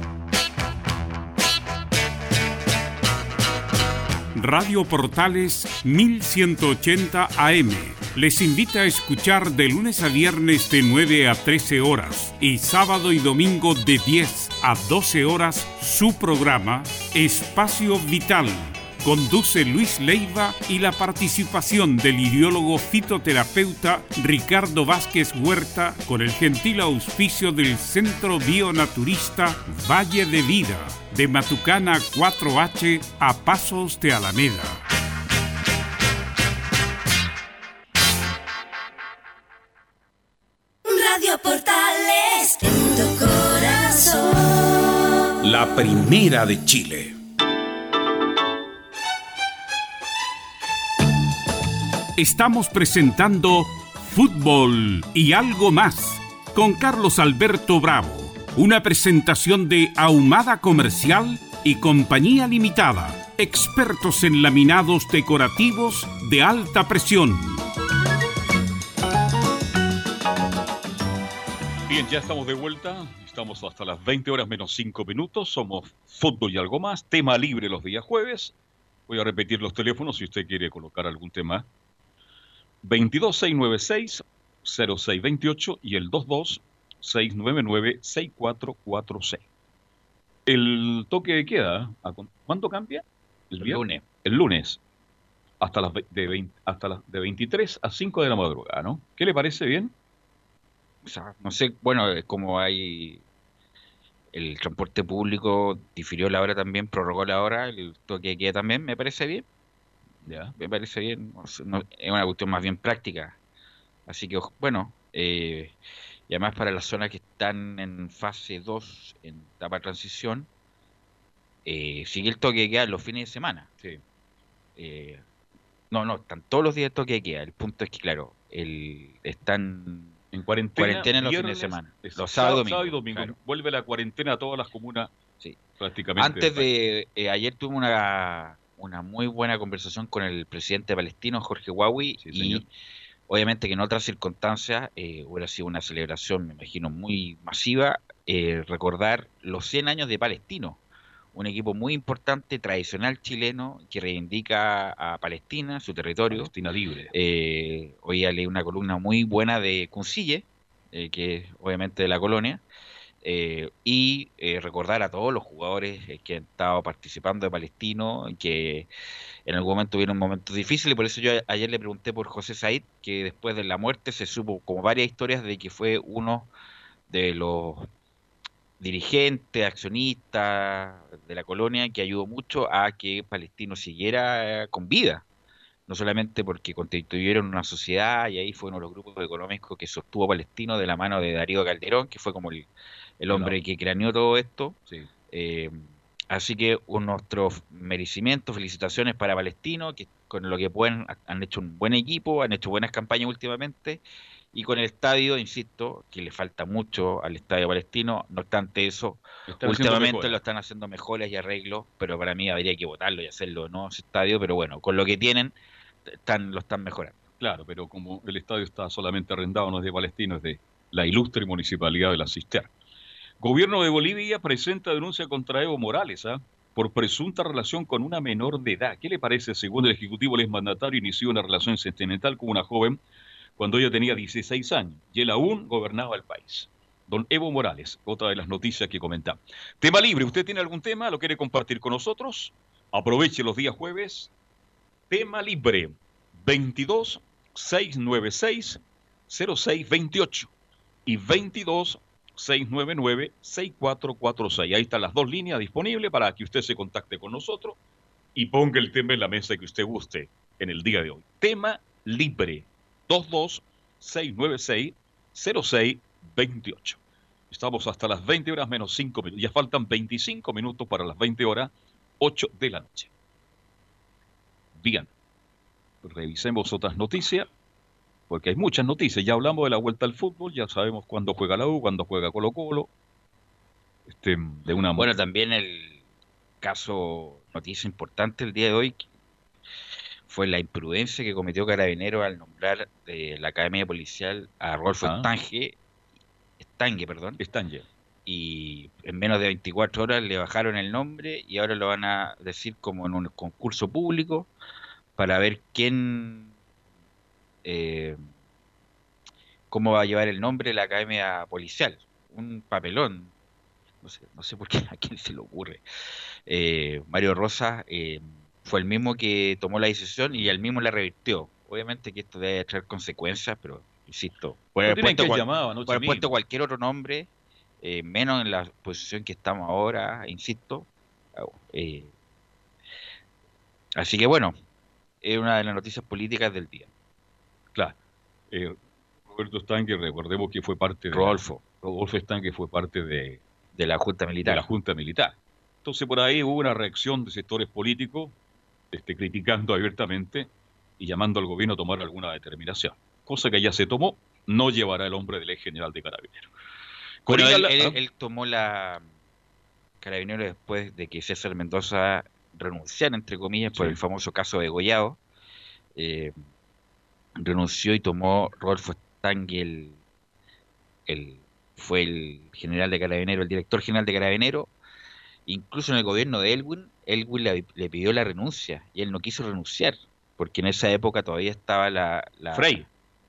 Radio Portales 1180 AM les invita a escuchar de lunes a viernes de 9 a 13 horas y sábado y domingo de 10 a 12 horas su programa Espacio Vital. Conduce Luis Leiva y la participación del iriólogo fitoterapeuta Ricardo Vázquez Huerta con el gentil auspicio del Centro Bionaturista Valle de Vida, de Matucana 4H a Pasos de Alameda. Radio Portales en tu corazón. La Primera de Chile. Estamos presentando Fútbol y algo más con Carlos Alberto Bravo. Una presentación de Ahumada Comercial y Compañía Limitada. Expertos en laminados decorativos de alta presión. Bien, ya estamos de vuelta. Estamos hasta las 20 horas menos 5 minutos. Somos Fútbol y algo más. Tema libre los días jueves. Voy a repetir los teléfonos si usted quiere colocar algún tema. 22696-0628 y el 22699-6446. El toque de queda, ¿cuándo cambia? El lunes. El lunes. Hasta las de 23 a 5 de la madrugada, ¿no? ¿Qué le parece bien? O sea, no sé, bueno, como hay el transporte público difirió la hora también, prorrogó la hora, el toque de queda también, me parece bien. Ya. Me parece bien, no, es una cuestión más bien práctica. Así que, bueno, y además para las zonas que están en fase 2, en etapa de transición, sigue el toque de queda los fines de semana. Sí. No, están todos los días el toque de queda. El punto es que, claro, están en cuarentena los viernes, fines de semana. Los sábado y domingo. Claro. Vuelve la cuarentena a todas las comunas. Sí. Prácticamente. Antes de ayer tuve una muy buena conversación con el presidente palestino, Jorge Huawei, sí, y obviamente que en otras circunstancias hubiera sido una celebración, me imagino, muy masiva, recordar los 100 años de Palestino, un equipo muy importante, tradicional chileno, que reivindica a Palestina, su territorio. Palestina libre. Hoy leí una columna muy buena de Cuncille, que es obviamente de la colonia, y recordar a todos los jugadores que han estado participando de Palestino, que en algún momento hubieron momentos difíciles. Por eso yo ayer le pregunté por José Said, que después de la muerte se supo como varias historias de que fue uno de los dirigentes, accionistas de la colonia que ayudó mucho a que Palestino siguiera con vida. No solamente porque constituyeron una sociedad y ahí fue uno de los grupos económicos que sostuvo Palestino de la mano de Darío Calderón, que fue como el hombre que craneó todo esto. Sí. Así que nuestros merecimientos, felicitaciones para Palestino, que con lo que pueden han hecho un buen equipo, han hecho buenas campañas últimamente, y con el estadio, insisto, que le falta mucho al estadio palestino. No obstante eso, últimamente lo están haciendo mejoras y arreglos, pero para mí habría que votarlo y hacerlo, ¿no? Ese estadio, pero bueno, con lo que tienen, lo están mejorando. Claro, pero como el estadio está solamente arrendado, no es de Palestino, es de la ilustre municipalidad de La Cisterna. Gobierno de Bolivia presenta denuncia contra Evo Morales, por presunta relación con una menor de edad. ¿Qué le parece? Según el Ejecutivo, el exmandatario inició una relación sentimental con una joven cuando ella tenía 16 años y él aún gobernaba el país. Don Evo Morales, otra de las noticias que comentamos. Tema libre, ¿usted tiene algún tema? ¿Lo quiere compartir con nosotros? Aproveche los días jueves. Tema libre, 22-696-0628 y 22-699-6446. Ahí están las dos líneas disponibles para que usted se contacte con nosotros y ponga el tema en la mesa que usted guste en el día de hoy. Tema libre, 22-696-0628. Estamos hasta las 20 horas menos 5 minutos. Ya faltan 25 minutos para las 20 horas, 8 de la noche. Bien, revisemos otras noticias, porque hay muchas noticias. Ya hablamos de la vuelta al fútbol, ya sabemos cuándo juega la U, cuándo juega Colo-Colo. Bueno, también el caso, noticia importante el día de hoy, fue la imprudencia que cometió Carabineros al nombrar de la Academia Policial a Rodolfo Estangue, y en menos de 24 horas le bajaron el nombre y ahora lo van a decir como en un concurso público para ver quién, cómo va a llevar el nombre de la Academia Policial. Un papelón, no sé por qué a quién se le ocurre. Mario Rosa fue el mismo que tomó la decisión y él mismo la revirtió. Obviamente que esto debe traer consecuencias, pero insisto, puede haber puesto cualquier otro nombre, menos en la posición que estamos ahora, insisto. Así que bueno, es una de las noticias políticas del día. Claro. Roberto Estangue, recordemos que fue parte de... Rodolfo Estangue fue parte de la Junta Militar. De la Junta Militar. Entonces por ahí hubo una reacción de sectores políticos criticando abiertamente y llamando al gobierno a tomar alguna determinación. Cosa que ya se tomó, no llevará el hombre del ex general de Carabineros. Bueno, él tomó la Carabineros después de que César Mendoza renunciara, entre comillas, por el famoso caso de Gollado. Renunció y tomó Rodolfo Estangue, fue el general de Carabineros, el director general de Carabineros. Incluso en el gobierno de Elwin le pidió la renuncia y él no quiso renunciar, porque en esa época todavía estaba la Frey.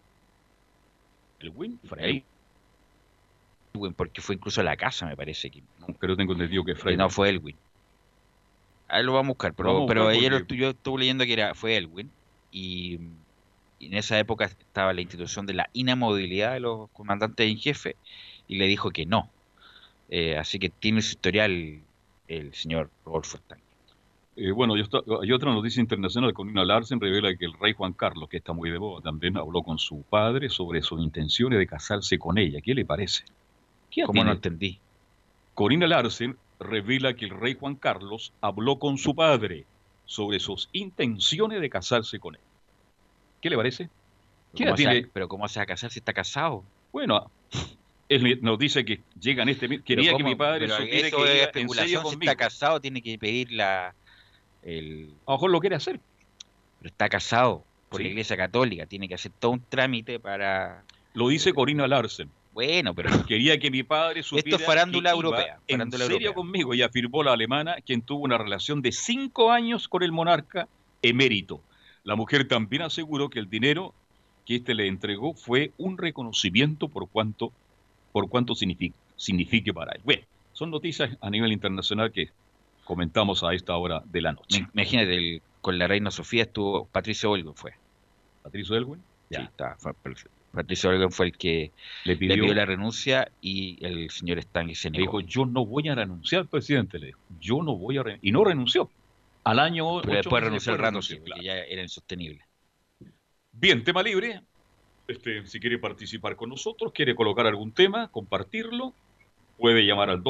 Frey. Porque fue incluso a la casa, me parece que. Pero tengo entendido que Frey. No, fue Elwin. Ahí lo vamos a buscar, pero ayer yo estuve leyendo que fue Elwin y en esa época estaba la institución de la inamovilidad de los comandantes en jefe y le dijo que no. Así que tiene su historial el señor Rodolfo Estangue. Bueno, hay otra noticia internacional. Corina Larsen revela que el rey Juan Carlos, que está muy de moda, también habló con su padre sobre sus intenciones de casarse con ella. ¿Qué le parece? ¿Cómo no entendí? Corina Larsen revela que el rey Juan Carlos habló con su padre sobre sus intenciones de casarse con él. ¿Qué le parece? ¿Pero cómo se va a casar si está casado? Bueno, él nos dice que llega en quería que mi padre supiera que ella en serio conmigo. Si está casado tiene que pedir a lo mejor lo quiere hacer. Pero está casado por la Iglesia Católica, tiene que hacer todo un trámite para... Lo dice Corina Larsen. Bueno, pero... Quería que mi padre supiera... Esto es farándula europea. En serio conmigo, y afirmó la alemana, quien tuvo una relación de 5 años con el monarca emérito. La mujer también aseguró que el dinero que le entregó fue un reconocimiento por cuánto signifique para él. Bueno, son noticias a nivel internacional que comentamos a esta hora de la noche. Imagínate, con la reina Sofía estuvo Patricio Olguín, fue. ¿Patricio Elwin? Sí, Patricio Olguín fue el que le pidió la renuncia y el señor Stanley se negó. Dijo, yo no voy a renunciar, presidente, le dijo. Yo no voy a renunciar. Y no renunció. Al año... Pero después renunció el rato, sí, porque ya era insostenible. Bien, tema libre. Si quiere participar con nosotros, quiere colocar algún tema, compartirlo, puede llamar al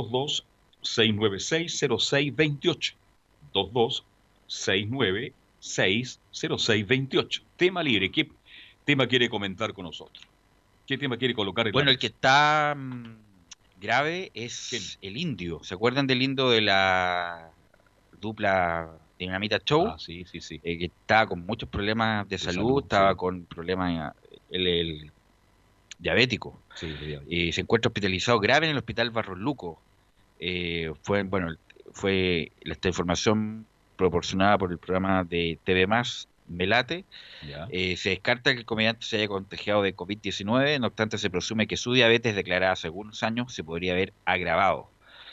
22-696-0628. 22-696-0628. Tema libre. ¿Qué tema quiere comentar con nosotros? ¿Qué tema quiere colocar? Bueno, el que está grave es el Indio. ¿Se acuerdan del Indio de la dupla Dinamita Show? Ah, sí. Que estaba con muchos problemas de salud, estaba con problemas el diabético. Sí, se encuentra hospitalizado grave en el hospital Barros Luco. Fue esta información proporcionada por el programa de TV Más, Melate. Se descarta que el comediante se haya contagiado de COVID-19, no obstante se presume que su diabetes declarada hace algunos años se podría haber agravado.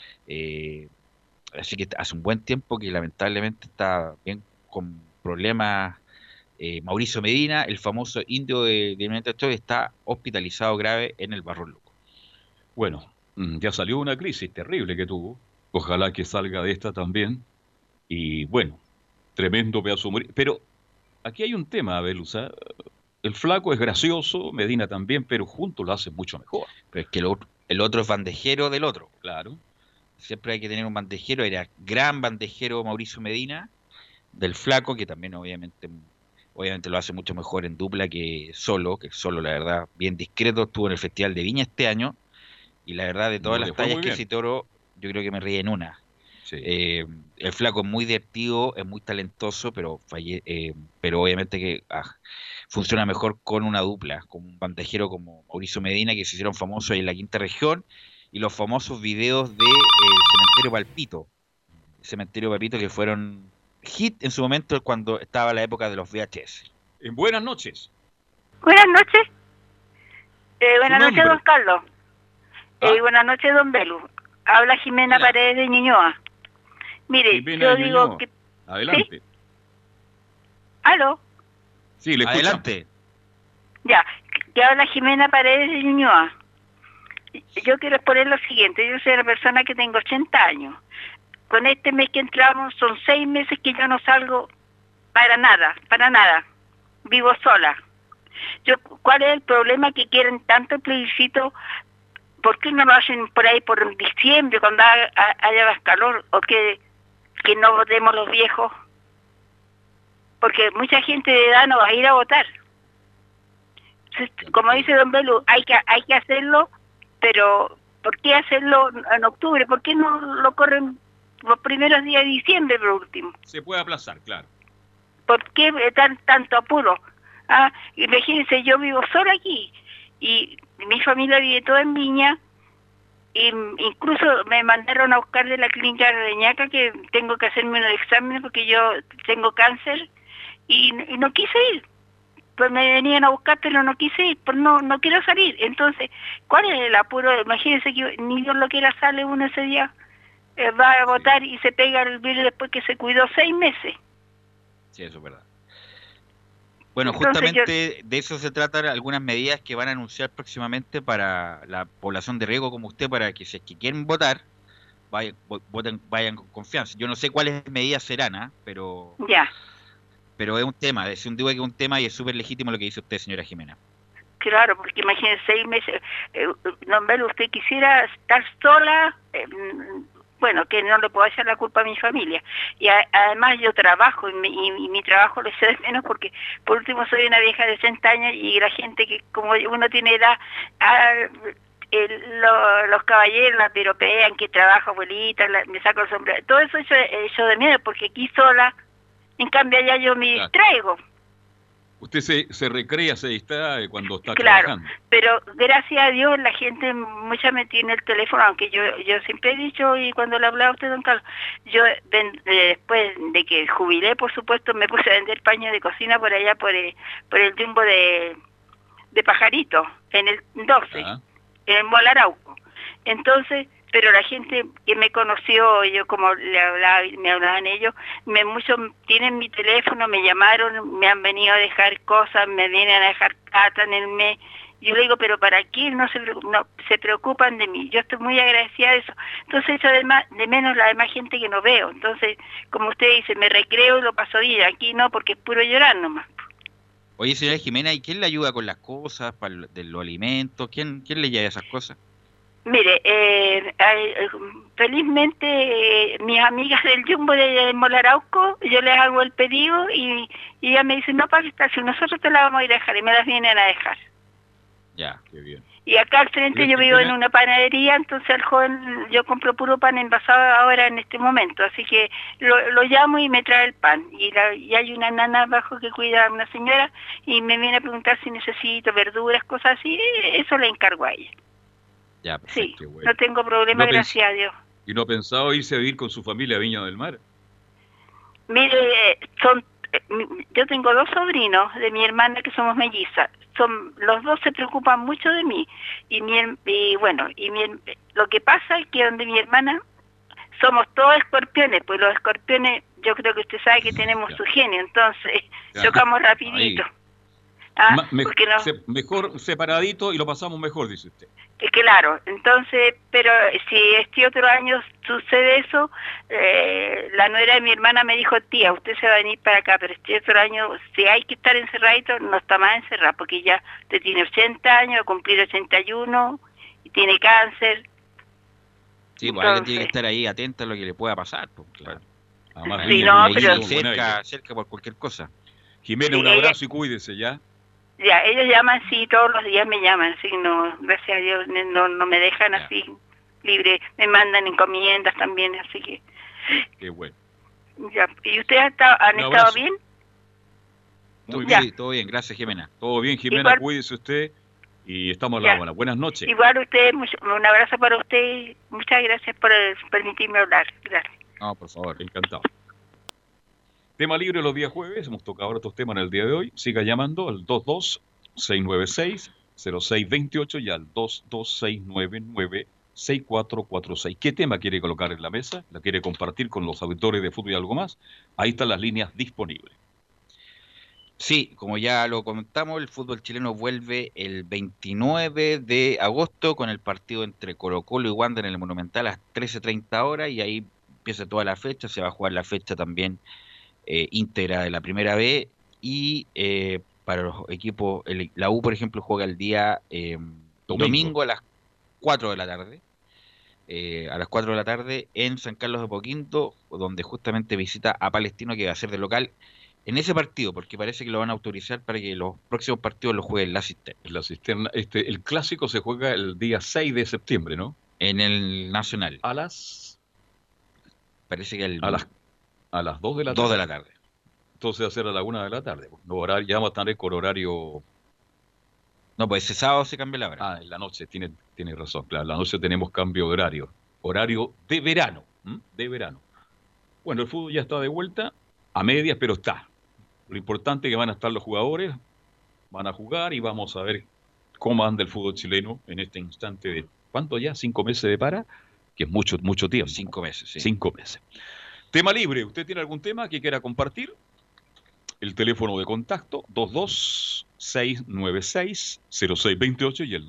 Así que hace un buen tiempo que lamentablemente está bien con problemas. Mauricio Medina, el famoso indio de Dinamita Show, está hospitalizado grave en el Barros Luco. Bueno, ya salió una crisis terrible que tuvo. Ojalá que salga de esta también. Y bueno, tremendo pedazo. Pero aquí hay un tema, Belusa. El flaco es gracioso, Medina también, pero juntos lo hacen mucho mejor. Pero es que el otro es bandejero del otro. Claro. Siempre hay que tener un bandejero. Era gran bandejero Mauricio Medina, del flaco, que también obviamente lo hace mucho mejor en dupla que solo la verdad, bien discreto. Estuvo en el Festival de Viña este año, y la verdad, de todas las tallas que citó, yo creo que me ríe en una. Sí. El flaco es muy divertido, es muy talentoso, pero obviamente que funciona mejor con una dupla, con un bandejero como Mauricio Medina, que se hicieron famosos ahí en la quinta región, y los famosos videos de Cementerio Palpito, que fueron hit en su momento cuando estaba la época de los VHS. Buenas noches. Buenas noches. Buenas noches, don Carlos. Buenas noches, don Belu. Habla Jimena Paredes de Ñuñoa. Mire, Jimena yo digo Ñuñoa. que... Adelante. ¿Sí? ¿Aló? Sí, le escucho. Adelante. Ya, que habla Jimena Paredes de Ñuñoa. Yo quiero exponer lo siguiente. Yo soy una persona que tengo 80 años. Con este mes que entramos son 6 meses que yo no salgo para nada. Vivo sola. ¿Cuál es el problema que quieren tanto el plebiscito? ¿Por qué no lo hacen por ahí por diciembre, cuando haya más calor? ¿O que no votemos los viejos? Porque mucha gente de edad no va a ir a votar. Como dice don Belu, hay que hacerlo, pero ¿por qué hacerlo en octubre? ¿Por qué no lo corren los primeros días de diciembre, por último? Se puede aplazar, claro. ¿Por qué tanto apuro? Imagínense, yo vivo sola aquí, y mi familia vive toda en Viña, y incluso me mandaron a buscar de la clínica de Reñaca, que tengo que hacerme unos exámenes porque yo tengo cáncer, y no quise ir. Pues me venían a buscar, pero no quise ir, pues no quiero salir. Entonces, ¿cuál es el apuro? Imagínense que ni Dios lo quiera, sale uno ese día, va a votar y se pega el virus después que se cuidó 6 meses. Sí, eso es verdad. Bueno, Entonces, justamente de eso se tratan algunas medidas que van a anunciar próximamente para la población de riesgo como usted, para que si es que quieren votar, vayan con confianza. Yo no sé cuáles medidas serán, pero es un tema, es un tema y es súper legítimo lo que dice usted, señora Jimena. Claro, porque imagínese 6 meses, don Belu, usted quisiera estar sola, bueno, que no le puedo echar la culpa a mi familia. Y además yo trabajo, y mi trabajo le sé menos porque, por último, soy una vieja de 60 años y la gente que, como uno tiene edad, los caballeros la piropean, que trabajo, abuelita, me saco el sombrero. Todo eso yo de miedo, porque aquí sola, en cambio allá yo me distraigo. Usted se recrea, se distrae cuando está trabajando. Claro, pero gracias a Dios la gente, mucha me tiene el teléfono, aunque yo siempre he dicho, y cuando le hablaba a usted, don Carlos, yo después de que jubilé, por supuesto, me puse a vender paños de cocina por allá, por el Jumbo de Pajarito, en el 12, en el Mall Arauco. Entonces, pero la gente que me conoció, yo como me hablaban ellos, muchos tienen mi teléfono, me llamaron, me han venido a dejar cosas, me vienen a dejar plata en el mes. Yo le digo, pero ¿para qué no se preocupan de mí? Yo estoy muy agradecida de eso. Entonces eso de menos la demás gente que no veo. Entonces, como usted dice, me recreo y lo paso bien. Aquí no, porque es puro llorar nomás. Oye, señora Jimena, ¿y quién le ayuda con las cosas, de los alimentos? ¿Quién le lleva esas cosas? Mire, felizmente mis amigas del Jumbo de Molarauco, yo les hago el pedido y ella me dice, no, si nosotros te la vamos a ir a dejar, y me las vienen a dejar. Ya, qué bien. Y acá al frente yo vivo en una panadería, entonces el joven, yo compro puro pan envasado ahora en este momento, así que lo llamo y me trae el pan. Y hay una nana abajo que cuida a una señora y me viene a preguntar si necesito verduras, cosas así, eso le encargo a ella. Ya, perfecto, sí, bueno. No tengo problema, gracias a Dios. ¿Y no ha pensado irse a vivir con su familia a Viña del Mar? Mire, yo tengo 2 sobrinos de mi hermana que somos mellizas. Los 2 se preocupan mucho de mí. Lo que pasa es que donde mi hermana somos todos escorpiones, pues los escorpiones, yo creo que usted sabe que tenemos su genio, entonces chocamos rapidito. Mejor separadito y lo pasamos mejor, dice usted. Claro, entonces, pero si este otro año sucede eso, la nuera de mi hermana me dijo, tía, usted se va a venir para acá, pero este otro año, si hay que estar encerradito, no está más encerrado, porque ya usted tiene 80 años, va a cumplir 81, y tiene cáncer. Sí, pues alguien tiene que estar ahí atento a lo que le pueda pasar. Pues, claro. Además, sí, no, pero cerca por cualquier cosa. Jimena, un abrazo y cuídese, ¿ya? Ya, ellos llaman, sí, todos los días me llaman, sí, no, gracias a Dios, no me dejan así libre, me mandan encomiendas también, así que... Qué bueno. Ya, ¿y ustedes han estado bien? Muy bien, sí, todo bien, gracias Jimena. Todo bien, Jimena, igual, cuídese usted y estamos a la buena. Buenas noches. Igual usted, un abrazo para usted, muchas gracias por permitirme hablar, gracias. No, por favor, encantado. Tema libre los días jueves, hemos tocado otros temas en el día de hoy. Siga llamando al 22-696-0628 y al 22-699-6446. ¿Qué tema quiere colocar en la mesa? ¿La quiere compartir con los auditores de Fútbol y algo más? Ahí están las líneas disponibles. Sí, como ya lo comentamos, el fútbol chileno vuelve el 29 de agosto con el partido entre Colo-Colo y Wander en el Monumental a las 13:30 horas y ahí empieza toda la fecha. Se va a jugar la fecha también íntegra de la primera B y para los equipos, la U por ejemplo juega el día domingo a las 4 de la tarde, a las 4 de la tarde en San Carlos de Apoquindo, donde justamente visita a Palestino, que va a ser de local en ese partido, porque parece que lo van a autorizar para que los próximos partidos los juegue en la Cisterna. La Cisterna, el clásico se juega el día 6 de septiembre, ¿no? En el Nacional. Parece que a las 2 de la tarde. 2 de la tarde. Entonces va a ser a la 1 de la tarde. No, ya vamos a estar con horario... No, pues ese sábado se cambia la hora. Ah, en la noche, tiene razón. Claro, en la noche tenemos cambio de horario. Horario de verano. De verano. Bueno, el fútbol ya está de vuelta, a medias, pero está. Lo importante es que van a estar los jugadores, van a jugar y vamos a ver cómo anda el fútbol chileno en este instante de... ¿Cuánto ya? 5 meses de para, que es mucho tiempo. 5 meses, sí. 5 meses. Tema libre, ¿usted tiene algún tema que quiera compartir? El teléfono de contacto 22-696-0628 y el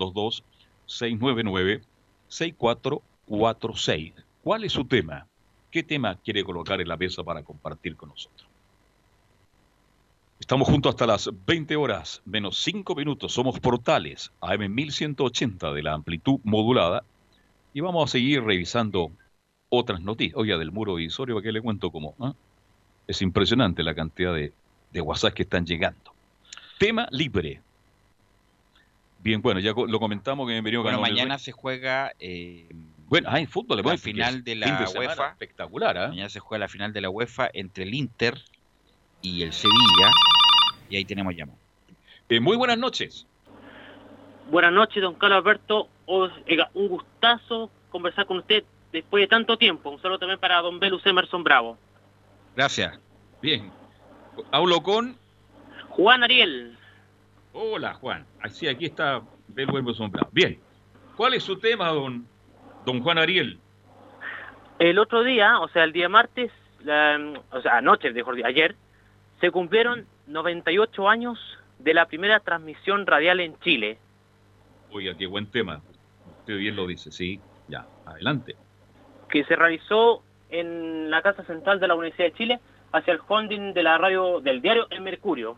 22-699-6446. ¿Cuál es su tema? ¿Qué tema quiere colocar en la mesa para compartir con nosotros? Estamos juntos hasta las 20 horas, menos 5 minutos. Somos Portales, AM 1180 de la amplitud modulada. Y vamos a seguir revisando otras noticias. Oiga, del muro divisorio, ¿para qué le cuento cómo? Es impresionante la cantidad de WhatsApp que están llegando. Tema libre. Bien, bueno, ya lo comentamos que bueno, mañana se juega... en fútbol la final de la UEFA. Espectacular, ¿eh? Mañana se juega la final de la UEFA entre el Inter y el Sevilla. Y ahí tenemos llamado. Muy buenas noches. Buenas noches, don Carlos Alberto. Un gustazo conversar con usted después de tanto tiempo. Un saludo también para don Velus Emerson Bravo. Gracias. Bien. Hablo con... Juan Ariel. Hola, Juan. Así, aquí está Velus Emerson Bravo. Bien. ¿Cuál es su tema, don Don Juan Ariel. El otro día, o sea, el día martes, anoche, mejor dicho, ayer, se cumplieron 98 años de la primera transmisión radial en Chile. Oiga, qué buen tema. Usted bien lo dice, sí. Ya, adelante. Que se realizó en la Casa Central de la Universidad de Chile hacia el holding de la radio del diario El Mercurio.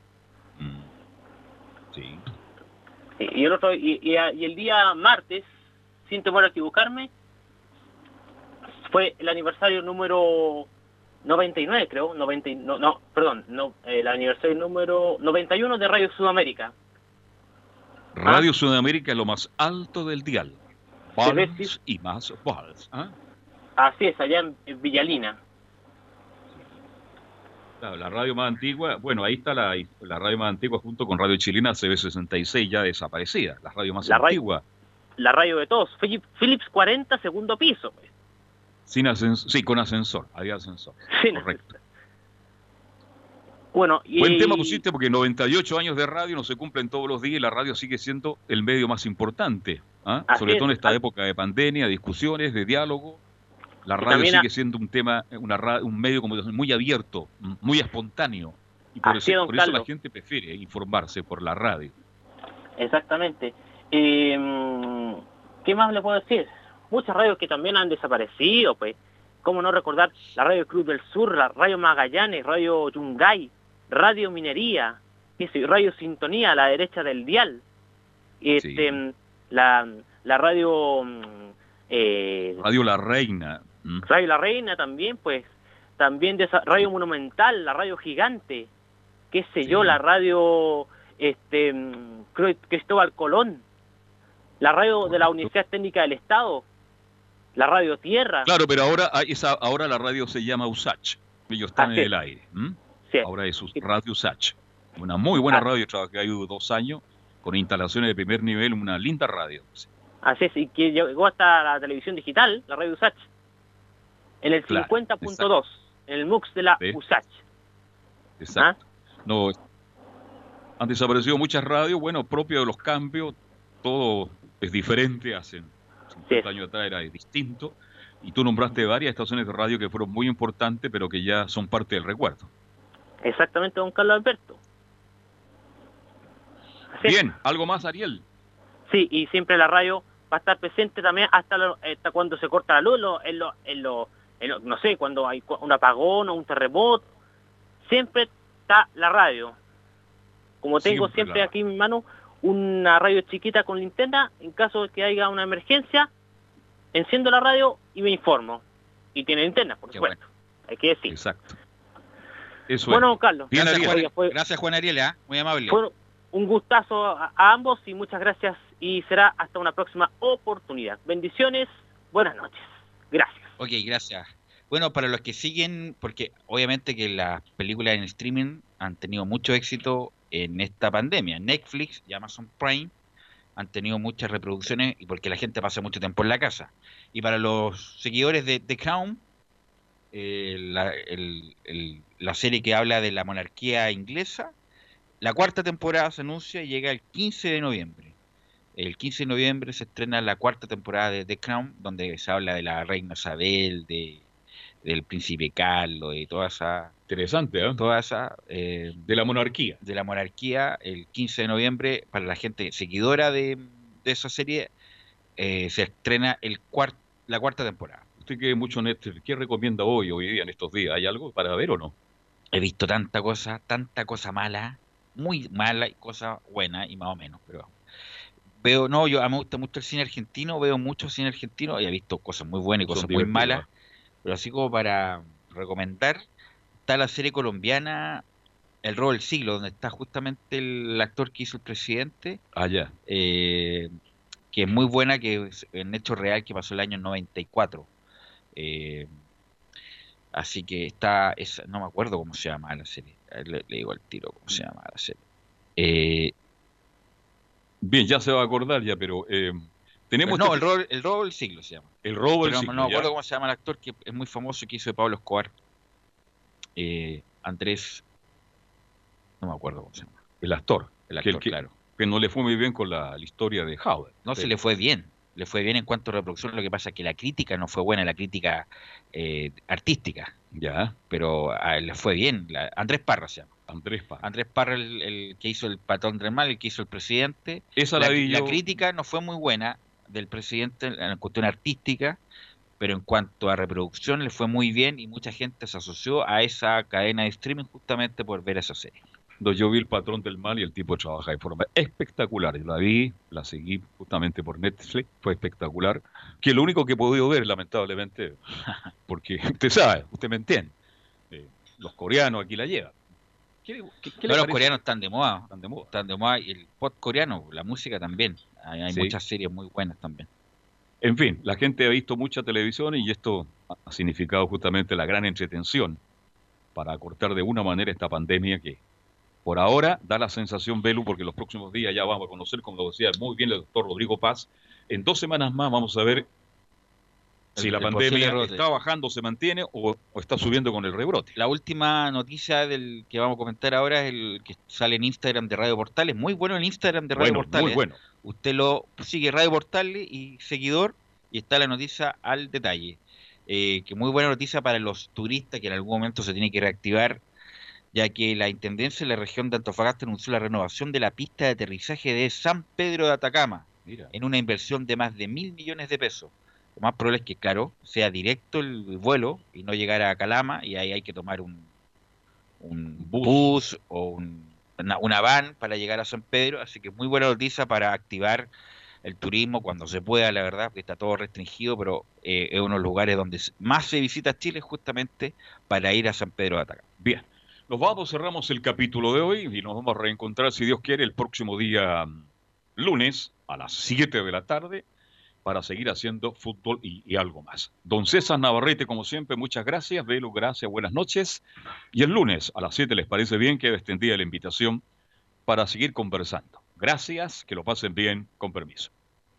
Sí. Y el día martes, sin temor a equivocarme, fue el aniversario número 99, creo, el aniversario número 91 de Radio Sudamérica. Radio Sudamérica es lo más alto del dial. Vals y más vals. ¿Ah? Así es, allá en Villalina. Claro, la radio más antigua, bueno, ahí está la radio más antigua junto con Radio Chilena CB66 ya desaparecida, la radio más antigua. La radio de todos, Philips 40, segundo piso. Pues. Sin ascensor, sí, con ascensor, había ascensor. Sí, correcto. Bueno, buen tema pusiste porque 98 años de radio no se cumplen todos los días y la radio sigue siendo el medio más importante. ¿Ah? Sobre todo en esta época de pandemia, discusiones, de diálogo. La radio sigue siendo un tema, un medio como muy abierto, muy espontáneo. Y por eso la gente prefiere informarse por la radio. Exactamente. ¿Qué más le puedo decir? Muchas radios que también han desaparecido, pues. ¿Cómo no recordar la Radio Cruz del Sur, la Radio Magallanes, Radio Yungay, Radio Minería, Radio Sintonía a la derecha del dial? Sí. La radio... Radio La Reina. Radio La Reina también, pues. También de esa Radio Monumental, la Radio Gigante, qué sé yo, la Radio Cristóbal Colón, la radio de la Universidad Técnica del Estado, la Radio Tierra. Claro, pero ahora la radio se llama USACH. Ellos están en el aire. Sí. Ahora es Radio USACH. Una muy buena radio, trabajé ahí 2 años, con instalaciones de primer nivel, una linda radio. Así es, y que llegó hasta la televisión digital, la Radio USACH, en el 50.2, en el MUX de la USACH. Exacto. No, han desaparecido muchas radios, bueno, propio de los cambios, todo es diferente, hace 50 años atrás era distinto, y tú nombraste varias estaciones de radio que fueron muy importantes, pero que ya son parte del recuerdo. Exactamente, don Carlos Alberto. Bien, ¿algo más, Ariel? Sí, y siempre la radio va a estar presente también hasta cuando se corta la luz, no sé, cuando hay un apagón o un terremoto, siempre está la radio. Como tengo siempre aquí en mi mano una radio chiquita con linterna, en caso de que haya una emergencia, enciendo la radio y me informo. Y tiene linterna, por supuesto. Bueno. Hay que decir. Exacto. Eso bueno, Carlos. Gracias, Juan Ariel, muy amable. Fue un gustazo a ambos y muchas gracias. Y será hasta una próxima oportunidad. Bendiciones, buenas noches. Gracias. Ok, gracias. Bueno, para los que siguen, porque obviamente que las películas en streaming han tenido mucho éxito en esta pandemia. Netflix y Amazon Prime han tenido muchas reproducciones y porque la gente pasa mucho tiempo en la casa. Y para los seguidores de The Crown, la serie que habla de la monarquía inglesa, la 4ª temporada se anuncia y llega el 15 de noviembre. El 15 de noviembre se estrena la 4ª temporada de The Crown, donde se habla de la reina Isabel, del príncipe Carlos y toda esa... Interesante, ¿eh? Toda esa... de la monarquía. De la monarquía, el 15 de noviembre, para la gente seguidora de esa serie, se estrena la 4ª temporada. Usted que ve mucho Netflix, ¿qué recomienda hoy día, en estos días? ¿Hay algo para ver o no? He visto tanta cosa mala, muy mala y cosa buena y más o menos, pero... a mí me gusta mucho el cine argentino, veo mucho cine argentino y he visto cosas muy buenas y cosas muy malas, pero así como para recomendar, está la serie colombiana El robo del siglo, donde está justamente el actor que hizo el presidente, que es muy buena, que es en hecho real, que pasó el año 94. Así que no me acuerdo cómo se llama la serie, le digo al tiro cómo se llama la serie. Bien, ya se va a acordar ya, pero tenemos... No, el robo del siglo se llama. El robo del siglo, no me acuerdo cómo se llama el actor, que es muy famoso, que hizo de Pablo Escobar. Andrés... No me acuerdo cómo se llama. El actor, claro. Que no le fue muy bien con la historia de Howard. No, se le fue bien. le fue bien en cuanto a reproducción, lo que pasa es que la crítica no fue buena, la crítica artística, ya, pero le fue bien. Andrés Parra se llama. Andrés Parra, el que hizo el patrón del mal, el que hizo el presidente. Esa la yo... crítica no fue muy buena del presidente en la cuestión artística, pero en cuanto a reproducción le fue muy bien y mucha gente se asoció a esa cadena de streaming justamente por ver esa serie. Yo vi el patrón del mal y el tipo trabaja de forma espectacular. Yo la vi, la seguí justamente por Netflix, fue espectacular. Que lo único que he podido ver, lamentablemente, porque usted sabe, usted me entiende, los coreanos aquí la llevan. ¿Qué los coreanos están de moda. Están de moda. Y el pop coreano, la música también. Hay muchas series muy buenas también. En fin, la gente ha visto mucha televisión y esto ha significado justamente la gran entretención para acortar de una manera esta pandemia que por ahora da la sensación, Belu, porque los próximos días ya vamos a conocer, como lo decía muy bien el doctor Rodrigo Paz, en 2 semanas más vamos a ver si la pandemia está bajando, se mantiene o está subiendo con el rebrote. La última noticia del que vamos a comentar ahora es el que sale en Instagram de Radio Portales. Muy bueno el Instagram de Radio Portales. Muy bueno. Usted lo sigue Radio Portales y seguidor y está la noticia al detalle. Que muy buena noticia para los turistas que en algún momento se tiene que reactivar, ya que la Intendencia de la región de Antofagasta anunció la renovación de la pista de aterrizaje de San Pedro de Atacama. Mira. En una inversión de más de 1.000 millones de pesos. Lo más probable es que, claro, sea directo el vuelo y no llegar a Calama, y ahí hay que tomar un bus o una van para llegar a San Pedro, así que muy buena noticia para activar el turismo cuando se pueda, la verdad, porque está todo restringido, pero es uno de los lugares donde más se visita Chile justamente para ir a San Pedro de Atacama. Bien, cerramos el capítulo de hoy y nos vamos a reencontrar, si Dios quiere, el próximo día lunes a las 7 de la tarde para seguir haciendo fútbol y algo más. Don César Navarrete, como siempre, muchas gracias. Belu, gracias, buenas noches. Y el lunes a las 7, ¿les parece bien? Queda extendida la invitación para seguir conversando. Gracias, que lo pasen bien, con permiso.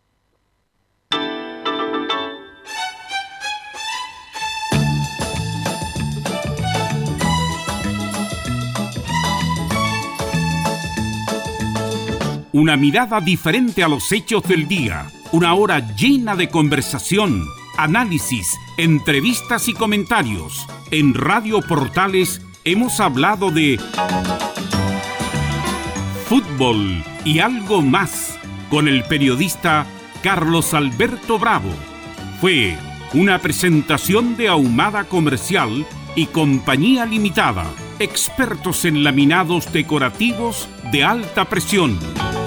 Una mirada diferente a los hechos del día. Una hora llena de conversación, análisis, entrevistas y comentarios. En Radio Portales hemos hablado de fútbol y algo más con el periodista Carlos Alberto Bravo. Fue una presentación de Ahumada Comercial y Compañía Limitada, expertos en laminados decorativos de alta presión.